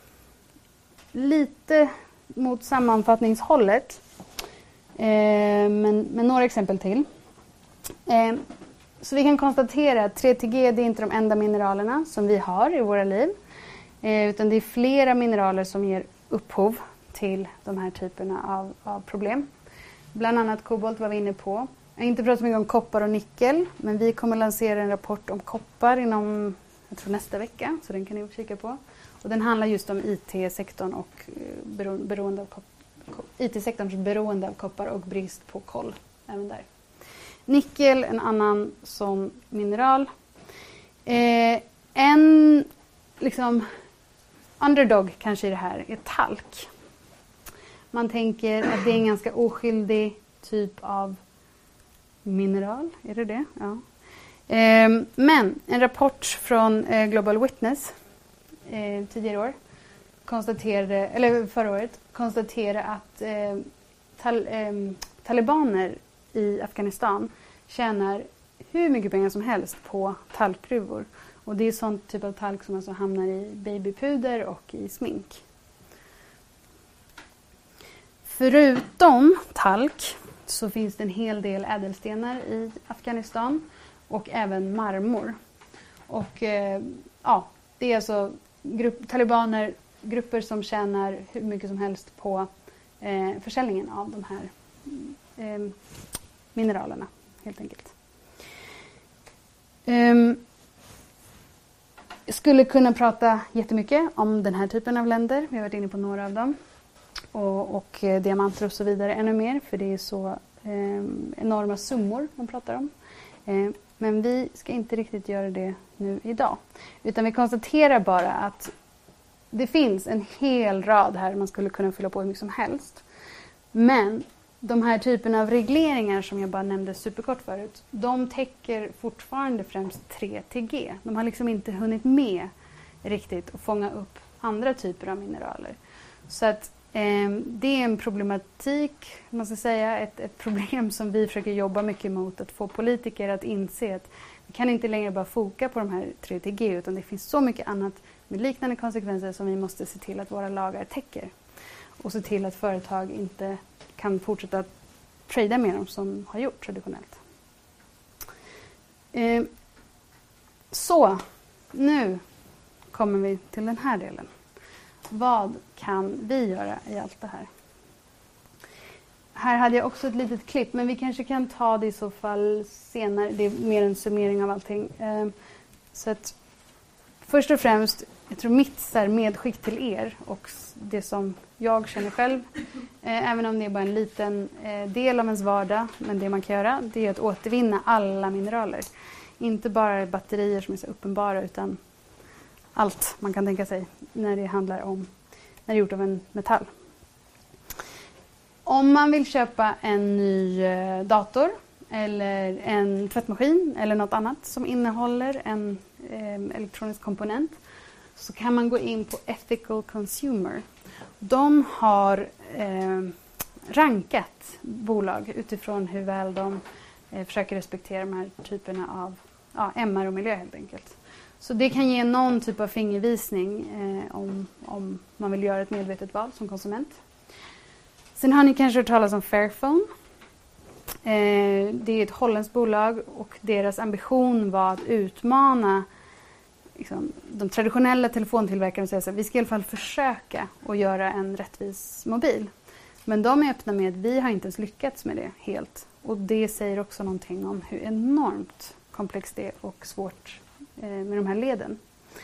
lite mot sammanfattningshållet. Eh, men, men några exempel till. Eh, så vi kan konstatera att tre T G det är inte de enda mineralerna som vi har i våra liv. Eh, utan det är flera mineraler som ger upphov till de här typerna av, av problem. Bland annat kobolt var vi inne på. Jag har inte pratat så mycket om koppar och nickel, men vi kommer lansera en rapport om koppar inom, jag tror nästa vecka, så den kan ni kika på. Och den handlar just om I T-sektorn och bero, beroende av kop- I T-sektorns beroende av koppar och brist på koll även där. Nickel, en annan sån mineral. Eh, en liksom underdog kanske i det här är talk. Man tänker att det är en ganska oskyldig typ av mineral, är det det? Ja. Eh, men en rapport från eh, Global Witness eh, tidigare år konstaterade, eller förra året konstaterade att eh, tal, eh, talibaner i Afghanistan tjänar hur mycket pengar som helst på talkgruvor. Och det är sån typ av talk som alltså hamnar i babypuder och i smink. Förutom talk så finns det en hel del ädelstenar i Afghanistan och även marmor. Och eh, ja, det är alltså grupp, talibaner, grupper som tjänar hur mycket som helst på eh, försäljningen av de här eh, mineralerna, helt enkelt. Um, jag skulle kunna prata jättemycket om den här typen av länder. Vi har varit inne på några av dem. och, och eh, diamanter och så vidare ännu mer, för det är så eh, enorma summor man pratar om. Eh, men vi ska inte riktigt göra det nu idag, utan vi konstaterar bara att det finns en hel rad här man skulle kunna fylla på hur mycket som helst. Men de här typerna av regleringar som jag bara nämnde superkort förut, de täcker fortfarande främst tre T G. De har liksom inte hunnit med riktigt att fånga upp andra typer av mineraler. Så att eh, det är en problematik, man ska säga, ett, ett problem som vi försöker jobba mycket mot, att få politiker att inse att vi kan inte längre bara foka på de här tre T G, utan det finns så mycket annat med liknande konsekvenser som vi måste se till att våra lagar täcker. Och se till att företag inte kan fortsätta trada med dem som har gjort traditionellt. Eh, så, nu kommer vi till den här delen. Vad kan vi göra i allt det här? Här hade jag också ett litet klipp, men vi kanske kan ta det i så fall senare. Det är mer en summering av allting. Eh, så att först och främst, jag tror mitt så här medskick till er och det som jag känner själv, eh, även om det är bara en liten eh, del av ens vardag, men det man kan göra, det är att återvinna alla mineraler. Inte bara batterier som är så uppenbara, utan allt man kan tänka sig när det handlar om, när det är gjort av en metall. Om man vill köpa en ny eh, dator eller en tvättmaskin eller något annat som innehåller en eh, elektronisk komponent, så kan man gå in på Ethical Consumer. De har eh, rankat bolag utifrån hur väl de eh, försöker respektera de här typerna av ja, M R och miljö helt enkelt. Så det kan ge någon typ av fingervisning eh, om, om man vill göra ett medvetet val som konsument. Sen har ni kanske hört talas om Fairphone. Eh, det är ett holländskt bolag och deras ambition var att utmana liksom, de traditionella telefontillverkarna och säga att vi ska i alla fall försöka att göra en rättvis mobil. Men de är öppna med att vi har inte ens lyckats med det helt. Och det säger också någonting om hur enormt komplext det är och svårt eh, med de här leden.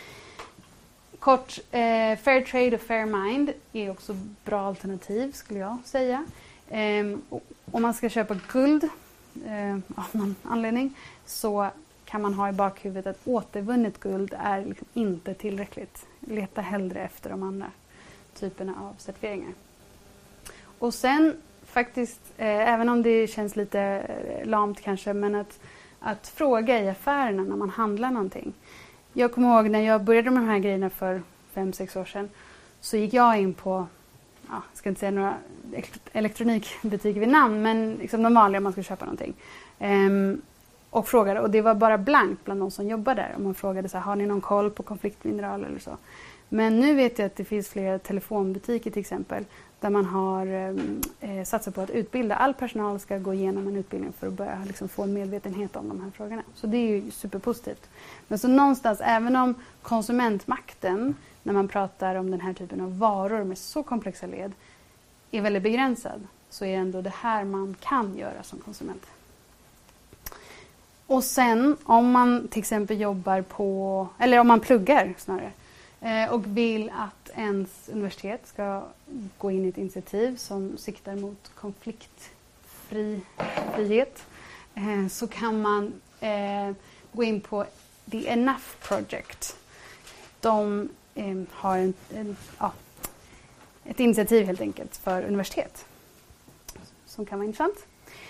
Kort, eh, Fair Trade och Fair Mind är också bra alternativ skulle jag säga. Eh, om man ska köpa guld eh, av någon anledning, så kan man ha i bakhuvudet att återvunnet guld är liksom inte tillräckligt. Leta hellre efter de andra typerna av certifieringar. Och sen faktiskt, eh, även om det känns lite eh, lamt kanske, men att, att fråga i affärerna när man handlar någonting. Jag kommer ihåg när jag började med de här grejerna för fem sex år sedan, så gick jag in på, ja, jag ska inte säga några elektronikbutiker vid namn, men liksom de vanliga om man ska köpa någonting. Um, och frågade, och det var bara blankt bland de som jobbar där. Och man frågade så här, har ni någon koll på konfliktmineral eller så? Men nu vet jag att det finns flera telefonbutiker till exempel, där man har eh, satsat på att utbilda. All personal ska gå igenom en utbildning för att börja liksom, få en medvetenhet om de här frågorna. Så det är ju superpositivt. Men så någonstans, även om konsumentmakten, när man pratar om den här typen av varor med så komplexa led, är väldigt begränsad, så är ändå det här man kan göra som konsument. Och sen om man till exempel jobbar på, eller om man pluggar snarare, eh, och vill att ens universitet ska gå in i ett initiativ som siktar mot konfliktfrihet, eh, så kan man eh, gå in på The Enough Project. De eh, har en, en, ja, ett initiativ helt enkelt för universitet som kan vara intressant.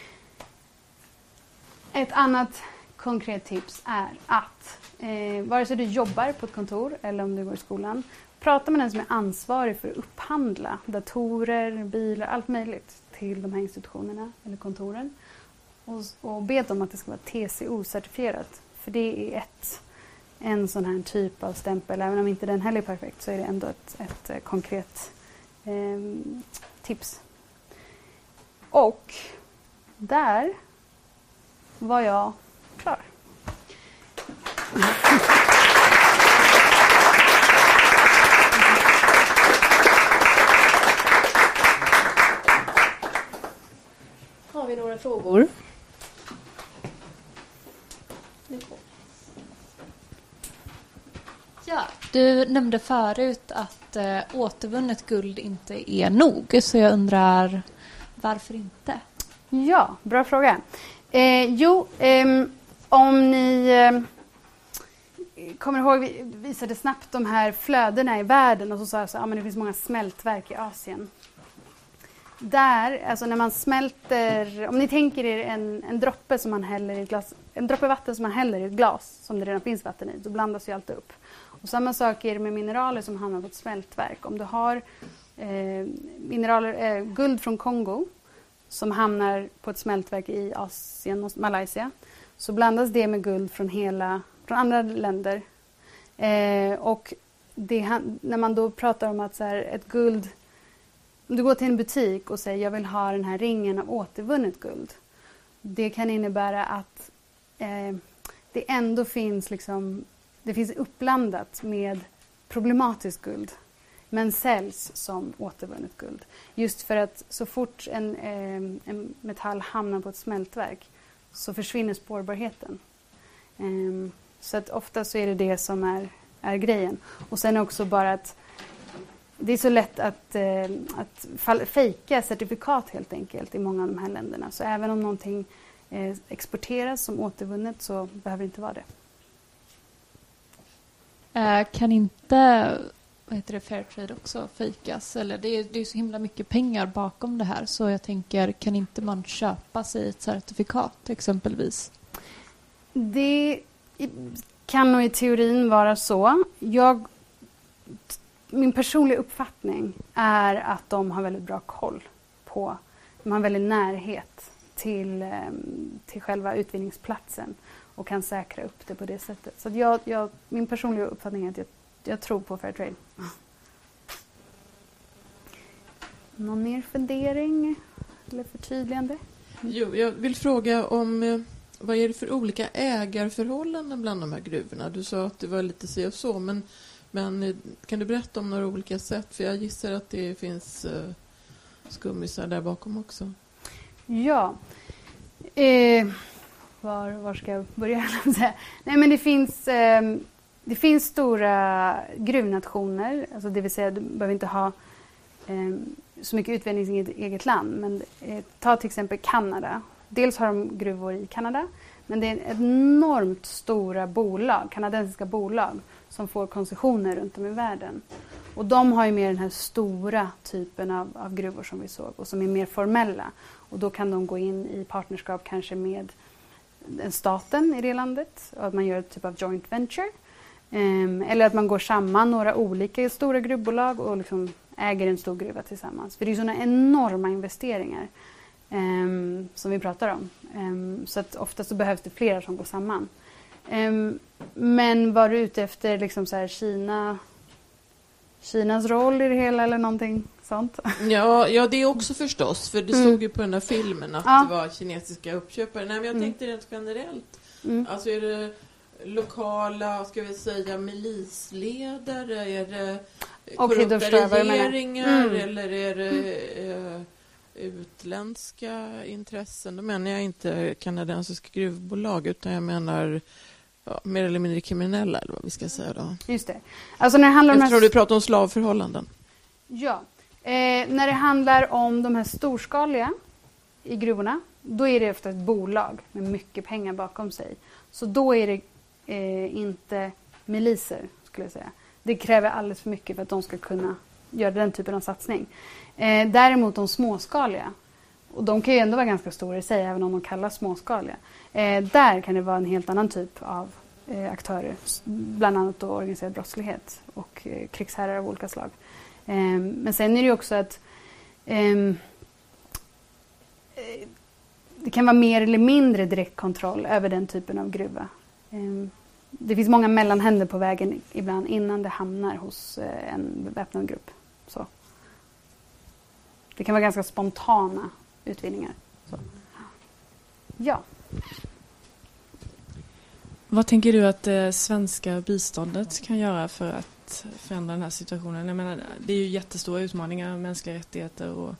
Ett annat konkret tips är att eh, vare sig du jobbar på ett kontor eller om du går i skolan, prata med den som är ansvarig för att upphandla datorer, bilar, allt möjligt till de här institutionerna eller kontoren. Och, och be dem att det ska vara T C O-certifierat. För det är ett, en sån här typ av stämpel. Även om inte den heller är perfekt, så är det ändå ett, ett, ett konkret eh, tips. Och där var jag klar. Har vi några frågor? Ja, du nämnde förut att eh, återvunnet guld inte är nog, så jag undrar varför inte? Ja, bra fråga. Eh, jo, eh, om ni eh, kommer ihåg, vi visade snabbt de här flödena i världen och så sa jag så att ah, det finns många smältverk i Asien. Där, alltså när man smälter, om ni tänker er en, en droppe som man häller i ett glas, en droppe vatten som man häller i ett glas som det redan finns vatten i, då blandas ju allt upp. Och samma sak är det med mineraler som hamnar på ett smältverk. Om du har eh, mineraler, eh, guld från Kongo som hamnar på ett smältverk i Asien och Malaysia, så blandas det med guld från hela, från andra länder. Eh, och det, när man då pratar om att så här, ett guld, om du går till en butik och säger jag vill ha den här ringen av återvunnet guld, det kan innebära att eh, det ändå finns liksom, det finns uppblandat med problematiskt guld men säljs som återvunnet guld. Just för att så fort en, eh, en metall hamnar på ett smältverk så försvinner spårbarheten. Eh, så att ofta så är det det som är, är grejen. Och sen också bara att det är så lätt att, eh, att fall, fejka certifikat helt enkelt i många av de här länderna. Så även om någonting eh, exporteras som återvunnet så behöver det inte vara det. Äh, kan inte vad heter det, Fairtrade också fejkas? Eller det är, det är så himla mycket pengar bakom det här, så jag tänker, kan inte man köpa sig ett certifikat exempelvis? Det kan nog i teorin vara så. Jag, min personliga uppfattning är att de har väldigt bra koll på, de har väldigt närhet till, till själva utvinningsplatsen och kan säkra upp det på det sättet. Så jag, jag, min personliga uppfattning är att jag, jag tror på Fairtrade. Någon mer fundering eller förtydligande? Jo, jag vill fråga om eh, vad är det för olika ägarförhållanden bland de här gruvorna? Du sa att det var lite si och så, men, men eh, kan du berätta om några olika sätt? För jag gissar att det finns eh, skummisar där bakom också. Ja. Eh, var, var ska jag börja? Nej, men det finns, eh, det finns stora gruvnationer. Alltså det vill säga, du behöver inte ha eh, så mycket utvinning i ett eget land. Men eh, ta till exempel Kanada. Dels har de gruvor i Kanada, men det är enormt stora bolag, kanadensiska bolag, som får koncessioner runt om i världen. Och de har ju mer den här stora typen av, av gruvor som vi såg och som är mer formella. Och då kan de gå in i partnerskap kanske med den staten i det landet och att man gör ett typ av joint venture. Um, eller att man går samman några olika stora gruvbolag och liksom äger en stor gruva tillsammans. För det är ju sådana enorma investeringar um, som vi pratar om. Um, så att ofta så behövs det flera som går samman. Um, men var du ute efter liksom så här Kina, Kinas roll i det hela eller någonting sånt? Ja, ja, det är också förstås. För det mm. stod ju på den här filmen att ja. det var kinesiska uppköpare. Nej, men jag tänkte mm. rent generellt. Mm. Alltså är det lokala, ska vi säga, milisledare? Är det korrupta okay, regeringar? Mm. Eller är det mm. eh, utländska intressen? Då menar jag inte kanadensiska gruvbolag, utan jag menar ja, mer eller mindre kriminella, eller vad vi ska säga då. Just det. Alltså när det handlar om... Jag tror du pratar om slavförhållanden. Ja. Eh, när det handlar om de här storskaliga i gruvorna, då är det ofta ett bolag med mycket pengar bakom sig. Så då är det eh, inte miliser, skulle jag säga. Det kräver alldeles för mycket för att de ska kunna göra den typen av satsning. Eh, däremot de småskaliga, och de kan ju ändå vara ganska stora i sig, även om de kallas småskaliga. Eh, där kan det vara en helt annan typ av eh, aktörer, bland annat då organiserad brottslighet och eh, krigsherrar av olika slag. Eh, men sen är det ju också att eh, det kan vara mer eller mindre direktkontroll över den typen av gruva. Eh, det finns många mellanhänder på vägen ibland innan det hamnar hos eh, en väpnad grupp. Så. Det kan vara ganska spontana utvinningar. Så. Ja. Vad tänker du att det svenska biståndet kan göra för att förändra den här situationen? Jag menar, det är ju jättestora utmaningar, mänskliga rättigheter och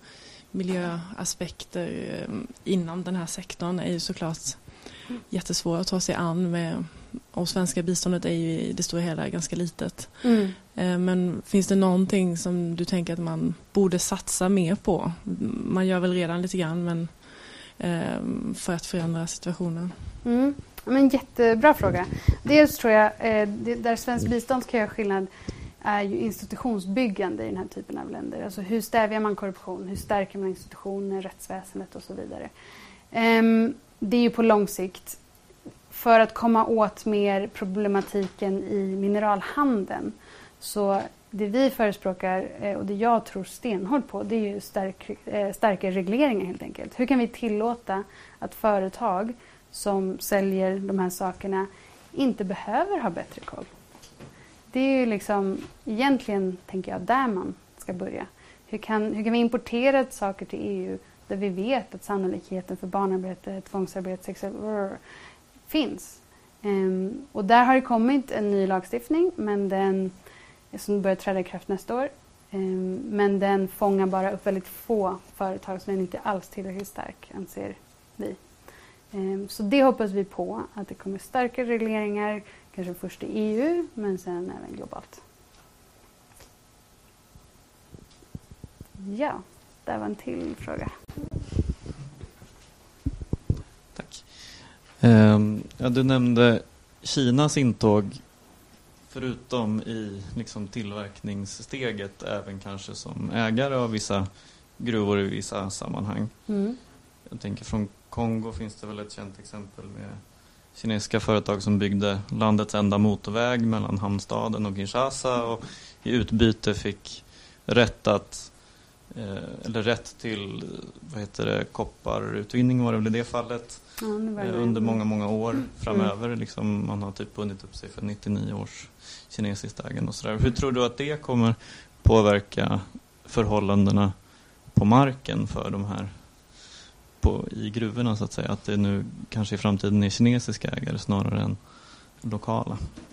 miljöaspekter inom den här sektorn är ju såklart jättesvåra att ta sig an med och svenska biståndet är ju i det stora hela ganska litet. Mm. Men finns det någonting som du tänker att man borde satsa mer på? Man gör väl redan lite grann, men för att förändra situationen. Mm. Men jättebra fråga. Dels tror jag, där svensk bistånd ska göra skillnad är ju institutionsbyggande i den här typen av länder. Alltså hur stävjar man korruption? Hur stärker man institutioner, rättsväsendet och så vidare? Det är ju på lång sikt. För att komma åt mer problematiken i mineralhandeln. Så det vi förespråkar och det jag tror stenhårt på, det är ju stark, starka regleringar helt enkelt. Hur kan vi tillåta att företag som säljer de här sakerna inte behöver ha bättre koll? Det är ju liksom egentligen, tänker jag, där man ska börja. Hur kan, hur kan vi importera saker till E U där vi vet att sannolikheten för barnarbete, tvångsarbete, sexuellt finns? Um, och där har det kommit en ny lagstiftning, men den som börjar träda i kraft nästa år. Um, men den fångar bara upp väldigt få företag, som är inte alls tillräckligt stark, anser vi. Um, så det hoppas vi på, att det kommer starka regleringar, kanske först i E U, men sen även globalt. Ja, där var en till fråga. Tack. Um, ja, du nämnde Kinas intåg, förutom i liksom tillverkningssteget, även kanske som ägare av vissa gruvor i vissa sammanhang. Mm. Jag tänker från Kongo finns det väl ett känt exempel med kinesiska företag som byggde landets enda motorväg mellan hamnstaden och Kinshasa och i utbyte fick rätt att eh, eller rätt till vad heter det, kopparutvinning var det väl i det fallet. Ja, det eh, under många många år mm. framöver liksom, man har typ bundit upp sig för nittionio års kinesiskt ägande och sådär. Hur tror du att det kommer påverka förhållandena på marken för de här på, i gruvorna så att säga, att det nu kanske i framtiden är kinesiska ägare snarare än lokala?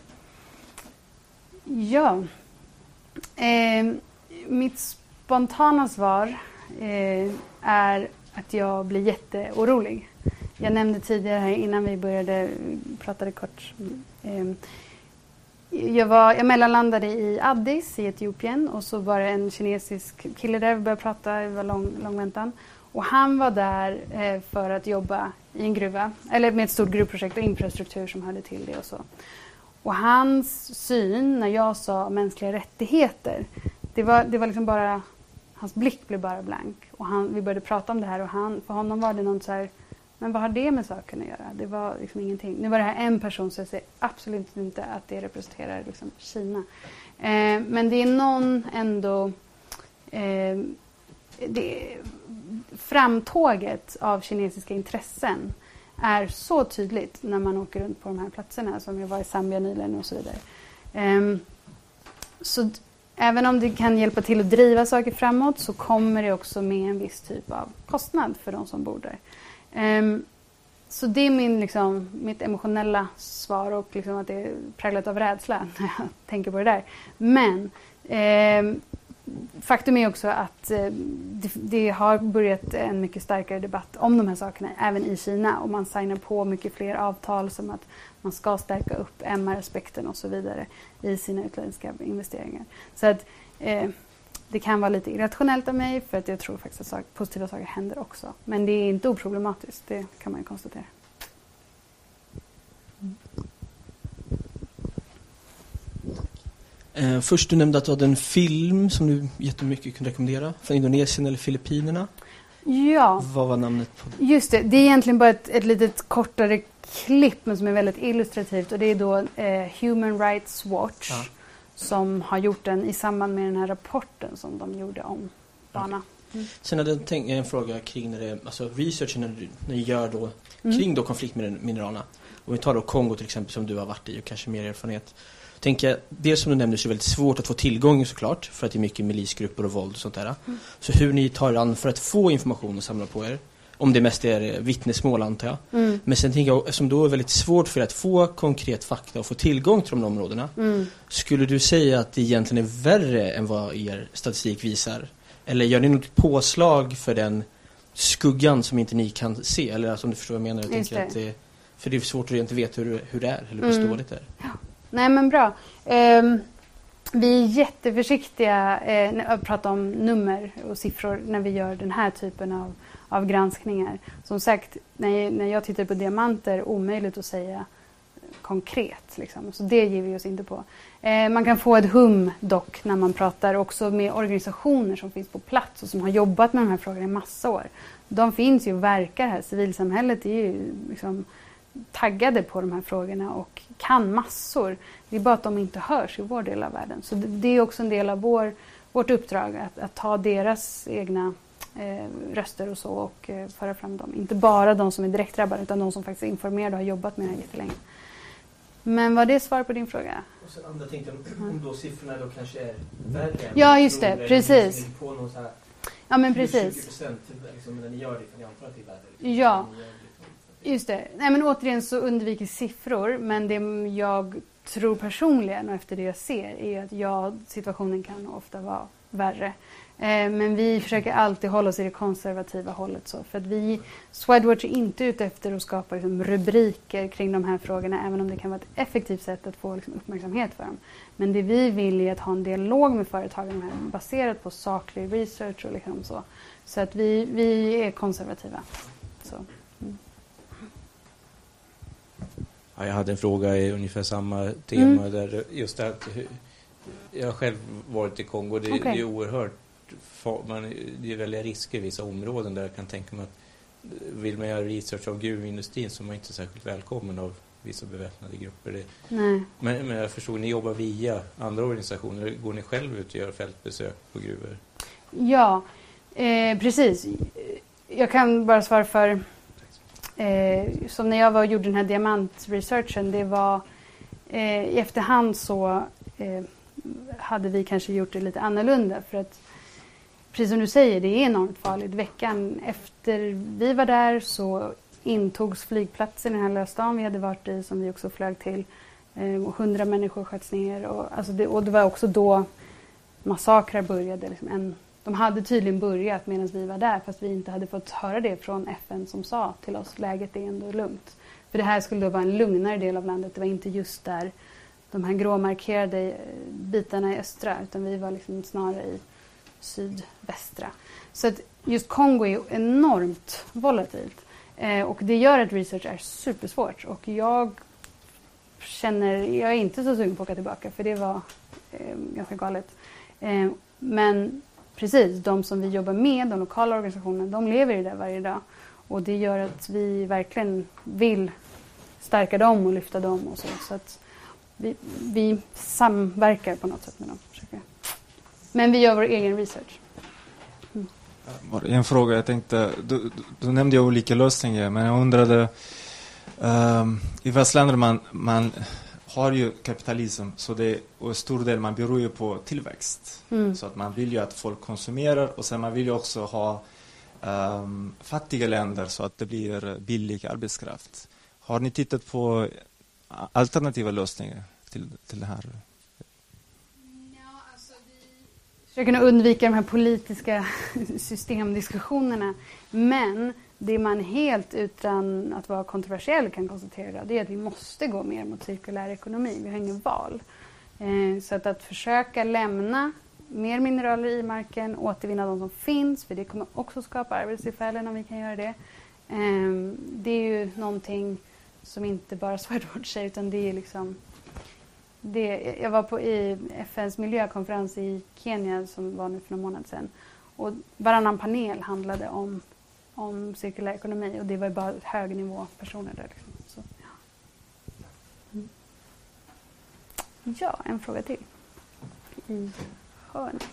Ja, eh, mitt spontana svar eh, är att jag blir jätteorolig. Jag nämnde tidigare här innan vi började pratade kort. Eh, jag, var, jag mellanlandade i Addis i Etiopien och så var det en kinesisk kille där vi började prata, det var lång, lång väntan. Och han var där eh, för att jobba i en gruva, eller med ett stort gruvprojekt och infrastruktur som hörde till det och så. Och hans syn när jag sa mänskliga rättigheter, det var, det var liksom bara, hans blick blev bara blank. Och han, vi började prata om det här och han, för honom var det något så här, men vad har det med saken att göra? Det var liksom ingenting. Nu var det här en person så jag säger absolut inte att det representerar liksom Kina. Eh, men det är någon ändå, eh, det framtåget av kinesiska intressen är så tydligt när man åker runt på de här platserna, som jag var i Zambia nyligen och så vidare. Um, så d- även om det kan hjälpa till att driva saker framåt så kommer det också med en viss typ av kostnad för de som bor där. Um, så det är min, liksom, mitt emotionella svar, och liksom att det är präglat av rädsla när jag tänker på det där. Men um, faktum är också att eh, det, det har börjat en mycket starkare debatt om de här sakerna även i Kina, och man signar på mycket fler avtal som att man ska stärka upp M R-aspekten och så vidare i sina utländska investeringar. Så att eh, det kan vara lite irrationellt av mig, för att jag tror faktiskt att sak, positiva saker händer också. Men det är inte oproblematiskt, det kan man ju konstatera. Mm. Eh, först du nämnde att du hade en film som du jättemycket kunde rekommendera från Indonesien eller Filippinerna. Ja. Vad var namnet på det? Just det, det är egentligen bara ett, ett litet kortare klipp men som är väldigt illustrativt, och det är då eh, Human Rights Watch ja. som har gjort den i samband med den här rapporten som de gjorde om Ghana. Mm. Sen hade jag tänkt en fråga kring när det, alltså researchen när du, när du gör då mm. kring då konfliktmineralerna. Om vi tar då Kongo till exempel som du har varit i och kanske mer erfarenhet. Tänker jag, det som du nämnde så är väldigt svårt att få tillgång såklart, för att det är mycket milisgrupper och våld och sånt där. Mm. Så hur ni tar an för att få information och samla på er, om det mest är vittnesmål antar jag. Mm. Men sen tänker jag, som då är väldigt svårt för att få konkret fakta och få tillgång till de områdena. Mm. Skulle du säga att det egentligen är värre än vad er statistik visar? Eller gör ni något påslag för den skuggan som inte ni kan se? Eller alltså, om du förstår vad jag menar. Jag tänker att det, För det är svårt att inte veta hur, hur det är eller hur Mm. dåligt det är. Ja. Nej men bra. Um, vi är jätteförsiktiga eh, att prata om nummer och siffror när vi gör den här typen av, av granskningar. Som sagt, när, när jag tittar på diamanter, omöjligt att säga konkret. Liksom. Så det ger vi oss inte på. Eh, man kan få ett hum dock när man pratar också med organisationer som finns på plats och som har jobbat med de här frågorna i massa år. De finns ju och verkar här. Civilsamhället är ju liksom taggade på de här frågorna och kan massor. Det är bara att de inte hörs i vår del av världen. Så det, det är också en del av vår, vårt uppdrag att, att ta deras egna eh, röster och så och eh, föra fram dem. Inte bara de som är direkt drabbade utan de som faktiskt är informerade och har jobbat med det här jättelänge. Men var det svar på din fråga? Och sen andra tänkte om, om då siffrorna då kanske är värre. Ja, just det. Precis. På någon så här ja, men precis. tjugo procent liksom, när ni gör det, för ni antar att det är värre. Liksom. Ja, just det. Nej, men återigen så undviker siffror. Men det jag tror personligen och efter det jag ser är att ja, situationen kan ofta vara värre. Eh, men vi försöker alltid hålla oss i det konservativa hållet. Så, för att vi, Swedwatch är inte ute efter att skapa liksom, rubriker kring de här frågorna. Även om det kan vara ett effektivt sätt att få liksom, uppmärksamhet för dem. Men det vi vill är att ha en dialog med företagen här, baserat på saklig research och liksom så. Så att vi, vi är konservativa. Så. Mm. Ja, jag hade en fråga i ungefär samma tema. Mm. Där just det att jag har själv varit i Kongo. Det, Okay. det är oerhört man, det är väldiga risker i vissa områden där jag kan tänka mig att vill man göra research av gruvindustrin så är man inte särskilt välkommen av vissa beväpnade grupper. Det, Nej. Men, men jag förstår, ni jobbar via andra organisationer. Går ni själv ut och gör fältbesök på gruvor? Ja, eh, precis. Jag kan bara svara för eh, som när jag var och gjorde den här diamantresearchen, det var eh, i efterhand så eh, hade vi kanske gjort det lite annorlunda för att precis som du säger, det är enormt farligt. Veckan efter vi var där så intogs flygplatsen i den här lösdagen vi hade varit i som vi också flög till. Eh, och hundra människor sköts ner. Och, alltså det, och det var också då massakrar började. Liksom en, de hade tydligen börjat medan vi var där fast vi inte hade fått höra det från F N som sa till oss läget är ändå lugnt. För det här skulle då vara en lugnare del av landet. Det var inte just där de här gråmarkerade bitarna i östra utan vi var liksom snarare i sydvästra. Så att just Kongo är enormt volatilt. Eh, och det gör att research är supersvårt. Och jag känner, jag är inte så sugen på att åka tillbaka för det var eh, ganska galet. Eh, men precis, de som vi jobbar med, de lokala organisationerna, de lever i det varje dag. Och det gör att vi verkligen vill stärka dem och lyfta dem och så. Så att vi, vi samverkar på något sätt med dem. Försöker. Men vi gör vår egen research. Mm. En fråga jag tänkte, du, du nämnde jag olika lösningar, men jag undrade um, i västländer man, man har ju kapitalism så det och stor del man beror ju på tillväxt. Mm. Så att man vill ju att folk konsumerar och sen man vill ju också ha um, fattiga länder så att det blir billig arbetskraft. Har ni tittat på alternativa lösningar till, till det här? Försöker kunna undvika de här politiska systemdiskussionerna. Men det man helt utan att vara kontroversiell kan konstatera det är att vi måste gå mer mot cirkulär ekonomi. Vi har ingen val. Eh, så att, att försöka lämna mer mineraler i marken, återvinna de som finns, för det kommer också skapa arbetstillfällen om vi kan göra det. Eh, det är ju någonting som inte bara Swedwatch säger utan det är liksom... Det, jag var på i F N:s miljökonferens i Kenya som var nu för några månader sedan. Och varannan panel handlade om, om cirkulär ekonomi och det var bara högnivåpersoner där. Liksom. Så, ja. Mm. ja, en fråga till. I hörnet.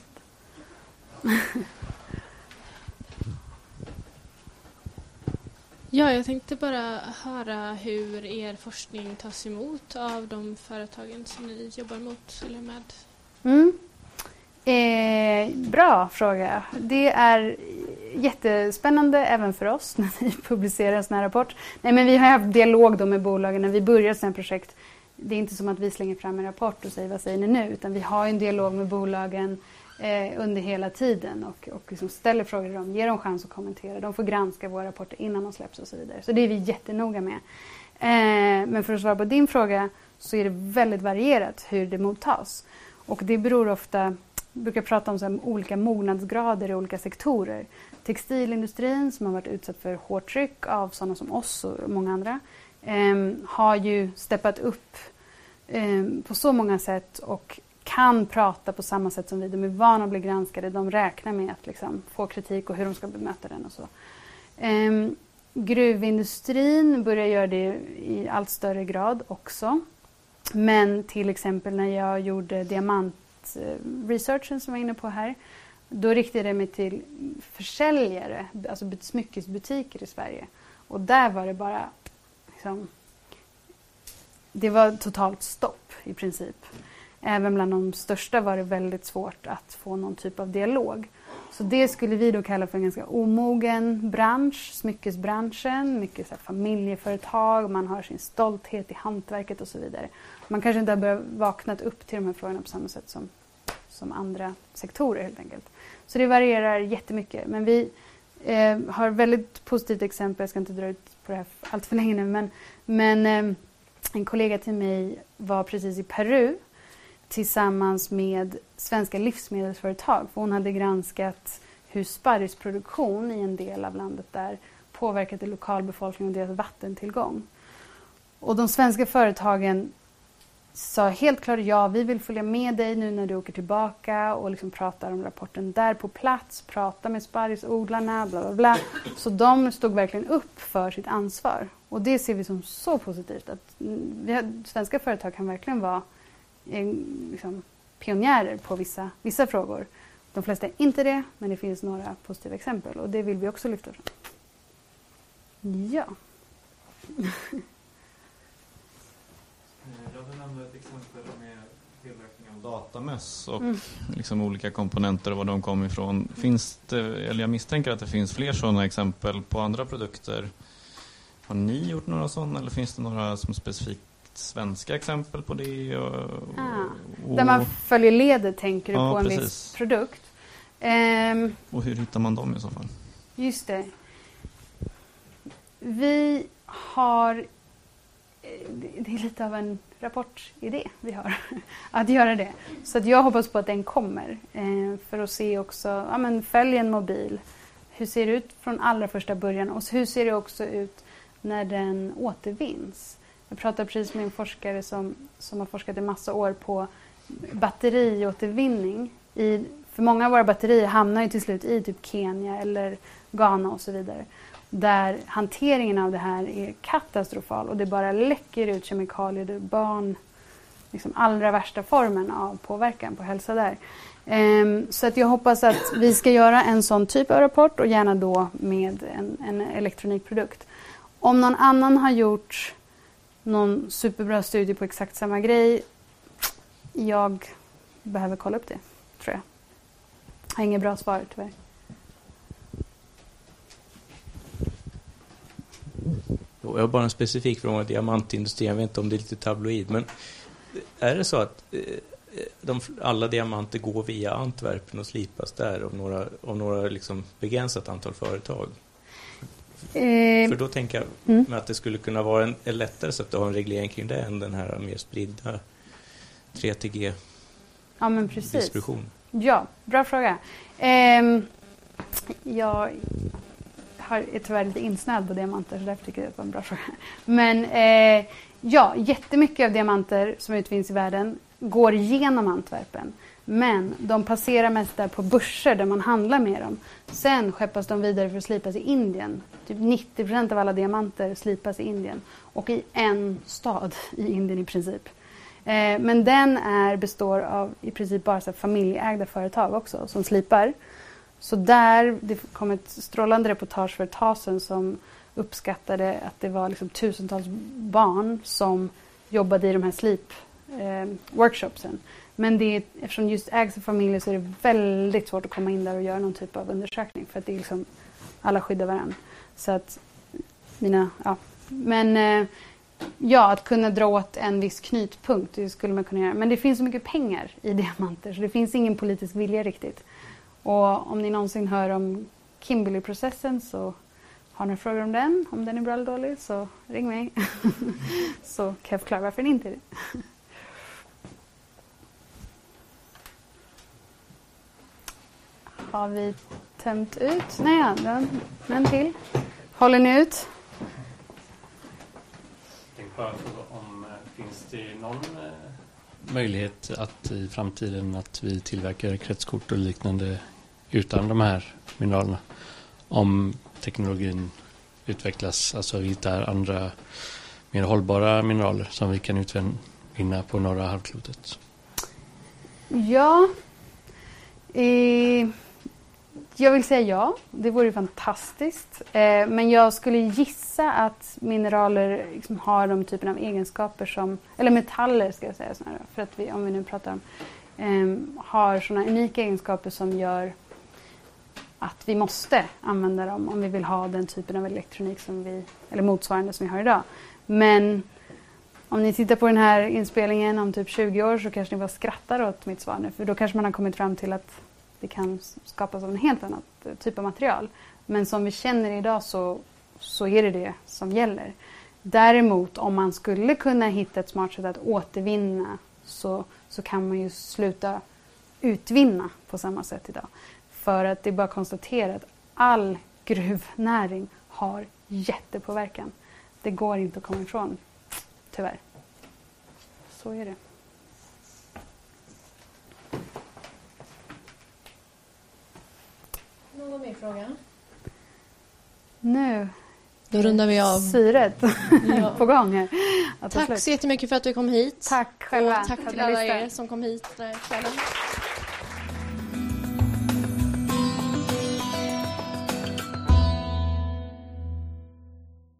Ja, jag tänkte bara höra hur er forskning tas emot av de företagen som ni jobbar mot eller med. Mm. Eh, bra fråga. Det är jättespännande även för oss när vi publicerar en sån här rapport. Nej, men vi har haft dialog då med bolagen när vi börjar sådana projekt. Det är inte som att vi slänger fram en rapport och säger vad säger ni nu, utan vi har en dialog med bolagen eh, under hela tiden och, och liksom ställer frågor till dem, ger dem chans att kommentera. De får granska våra rapporter innan de släpps och så vidare. Så det är vi jättenoga med. Eh, men för att svara på din fråga så är det väldigt varierat hur det mottas. Och det beror ofta, jag brukar prata om så här, olika mognadsgrader i olika sektorer. Textilindustrin som har varit utsatt för hårt tryck av sådana som oss och många andra eh, har ju steppat upp eh, på så många sätt och kan prata på samma sätt som vi. De är vana att bli granskade, de räknar med att liksom, få kritik och hur de ska bemöta den och så. Eh, gruvindustrin börjar göra det i allt större grad också. Men till exempel när jag gjorde diamantresearchen som jag var inne på här, då riktade jag mig till försäljare, alltså smyckesbutiker i Sverige. Och där var det bara, liksom, det var totalt stopp i princip. Även bland de största var det väldigt svårt att få någon typ av dialog. Så det skulle vi då kalla för en ganska omogen bransch, smyckesbranschen, mycket så här familjeföretag, man har sin stolthet i hantverket och så vidare. Man kanske inte har börjat vaknat upp till de här frågorna på samma sätt som, som andra sektorer helt enkelt. Så det varierar jättemycket. Men vi eh, har väldigt positivt exempel, jag ska inte dra ut på det här allt för länge nu, men, men eh, en kollega till mig var precis i Peru tillsammans med svenska livsmedelsföretag. För hon hade granskat hur sparrisproduktion i en del av landet där påverkade lokalbefolkningen och deras vattentillgång. Och de svenska företagen sa helt klart ja, vi vill följa med dig nu när du åker tillbaka och liksom pratar om rapporten där på plats, prata med sparrisodlarna, bla bla bla. Så de stod verkligen upp för sitt ansvar. Och det ser vi som så positivt att vi har, svenska företag kan verkligen vara liksom, pionjärer på vissa, vissa frågor. De flesta är inte det, men det finns några positiva exempel och det vill vi också lyfta fram. Ja. Jag nämnde ett exempel med tillverkning av datamöss och mm. liksom olika komponenter och var de kom ifrån. Finns det, eller jag misstänker att det finns fler sådana exempel på andra produkter. Har ni gjort några sådana eller finns det några som specifikt svenska exempel på det? Och, ah, och, där man följer ledet tänker du ja, på en precis. Viss produkt. Um, och hur hittar man dem i så fall? Just det. Vi har, det är lite av en rapportidé vi har, att göra det. Så att jag hoppas på att den kommer. Eh, för att se också, ja men följ en mobil. Hur ser det ut från allra första början? Och hur ser det också ut när den återvinns? Jag pratade precis med en forskare som, som har forskat i massa år på batteriåtervinning. I, för många av våra batterier hamnar ju till slut i typ Kenya eller Ghana och så vidare. Där hanteringen av det här är katastrofal och det bara läcker ut kemikalier. Det är barn, liksom allra värsta formen av påverkan på hälsa där. Um, så att jag hoppas att vi ska göra en sån typ av rapport och gärna då med en, en elektronikprodukt. Om någon annan har gjort någon superbra studie på exakt samma grej, jag behöver kolla upp det, tror jag. Jag har inget bra svar tyvärr. Jag har bara en specifik fråga om diamantindustrin. Jag vet inte om det är lite tabloid, men är det så att eh, de, alla diamanter går via Antwerpen och slipas där av några, av några liksom begränsat antal företag? Eh, För då tänker jag mm. med att det skulle kunna vara en, en lättare så att du har en reglering kring det än den här mer spridda tre T G-distribution. Ja, ja, bra fråga. Eh, jag har, är tyvärr lite insnöad på diamanter så därför tycker jag att det var en bra fråga. Men eh, ja, jättemycket av diamanter som utvinns i världen går genom Antwerpen. Men de passerar mest där på börser där man handlar med dem. Sen skeppas de vidare för att slipas i Indien. Typ nittio procent av alla diamanter slipas i Indien. Och i en stad i Indien i princip. Eh, men den är, består av i princip bara så här familjeägda företag också som slipar. Så där, det kom ett strålande reportage för ett tag sedan som uppskattade att det var liksom tusentals barn som jobbade i de här slip-workshopsen. Eh, Men det är, eftersom just ägs av familjer så är det väldigt svårt att komma in där och göra någon typ av undersökning. För att det är liksom, alla skyddar varandra. Så att mina, ja. Men eh, ja, att kunna dra åt en viss knutpunkt, det skulle man kunna göra. Men det finns så mycket pengar i diamanter så det finns ingen politisk vilja riktigt. Och om ni någonsin hör om Kimberley-processen så har några frågor om den, om den är bra eller dålig, så ring mig. Så kan jag förklara varför den inte är det. Har vi tömt ut? Nej, den, den till. Håller ni ut? Jag tänkte bara fråga om finns det någon möjlighet att i framtiden att vi tillverkar kretskort och liknande utan de här mineralerna? Om teknologin utvecklas, alltså vi hittar andra mer hållbara mineraler som vi kan utvinna på norra halvklotet. Ja, eh, jag vill säga ja. Det vore fantastiskt. Eh, men jag skulle gissa att mineraler liksom har de typen av egenskaper som, eller metaller ska jag säga snarare, för att vi, om vi nu pratar om, eh, har sådana unika egenskaper som gör att vi måste använda dem om vi vill ha den typen av elektronik som vi, eller motsvarande som vi har idag. Men om ni tittar på den här inspelningen om typ tjugo år så kanske ni bara skrattar åt mitt svar nu. För då kanske man har kommit fram till att det kan skapas av en helt annan typ av material. Men som vi känner idag så, så är det det som gäller. Däremot om man skulle kunna hitta ett smart sätt att återvinna så, så kan man ju sluta utvinna på samma sätt idag. För att det är bara att konstatera att all gruvnäring har jättepåverkan. Det går inte att komma ifrån, tyvärr. Så är det. Någon mer fråga? Nu. Då rundar vi av. Syret Ja. på gång här. Tack så jättemycket för att du kom hit. Tack själva. Och tack till alla er som kom hit den här kvällen.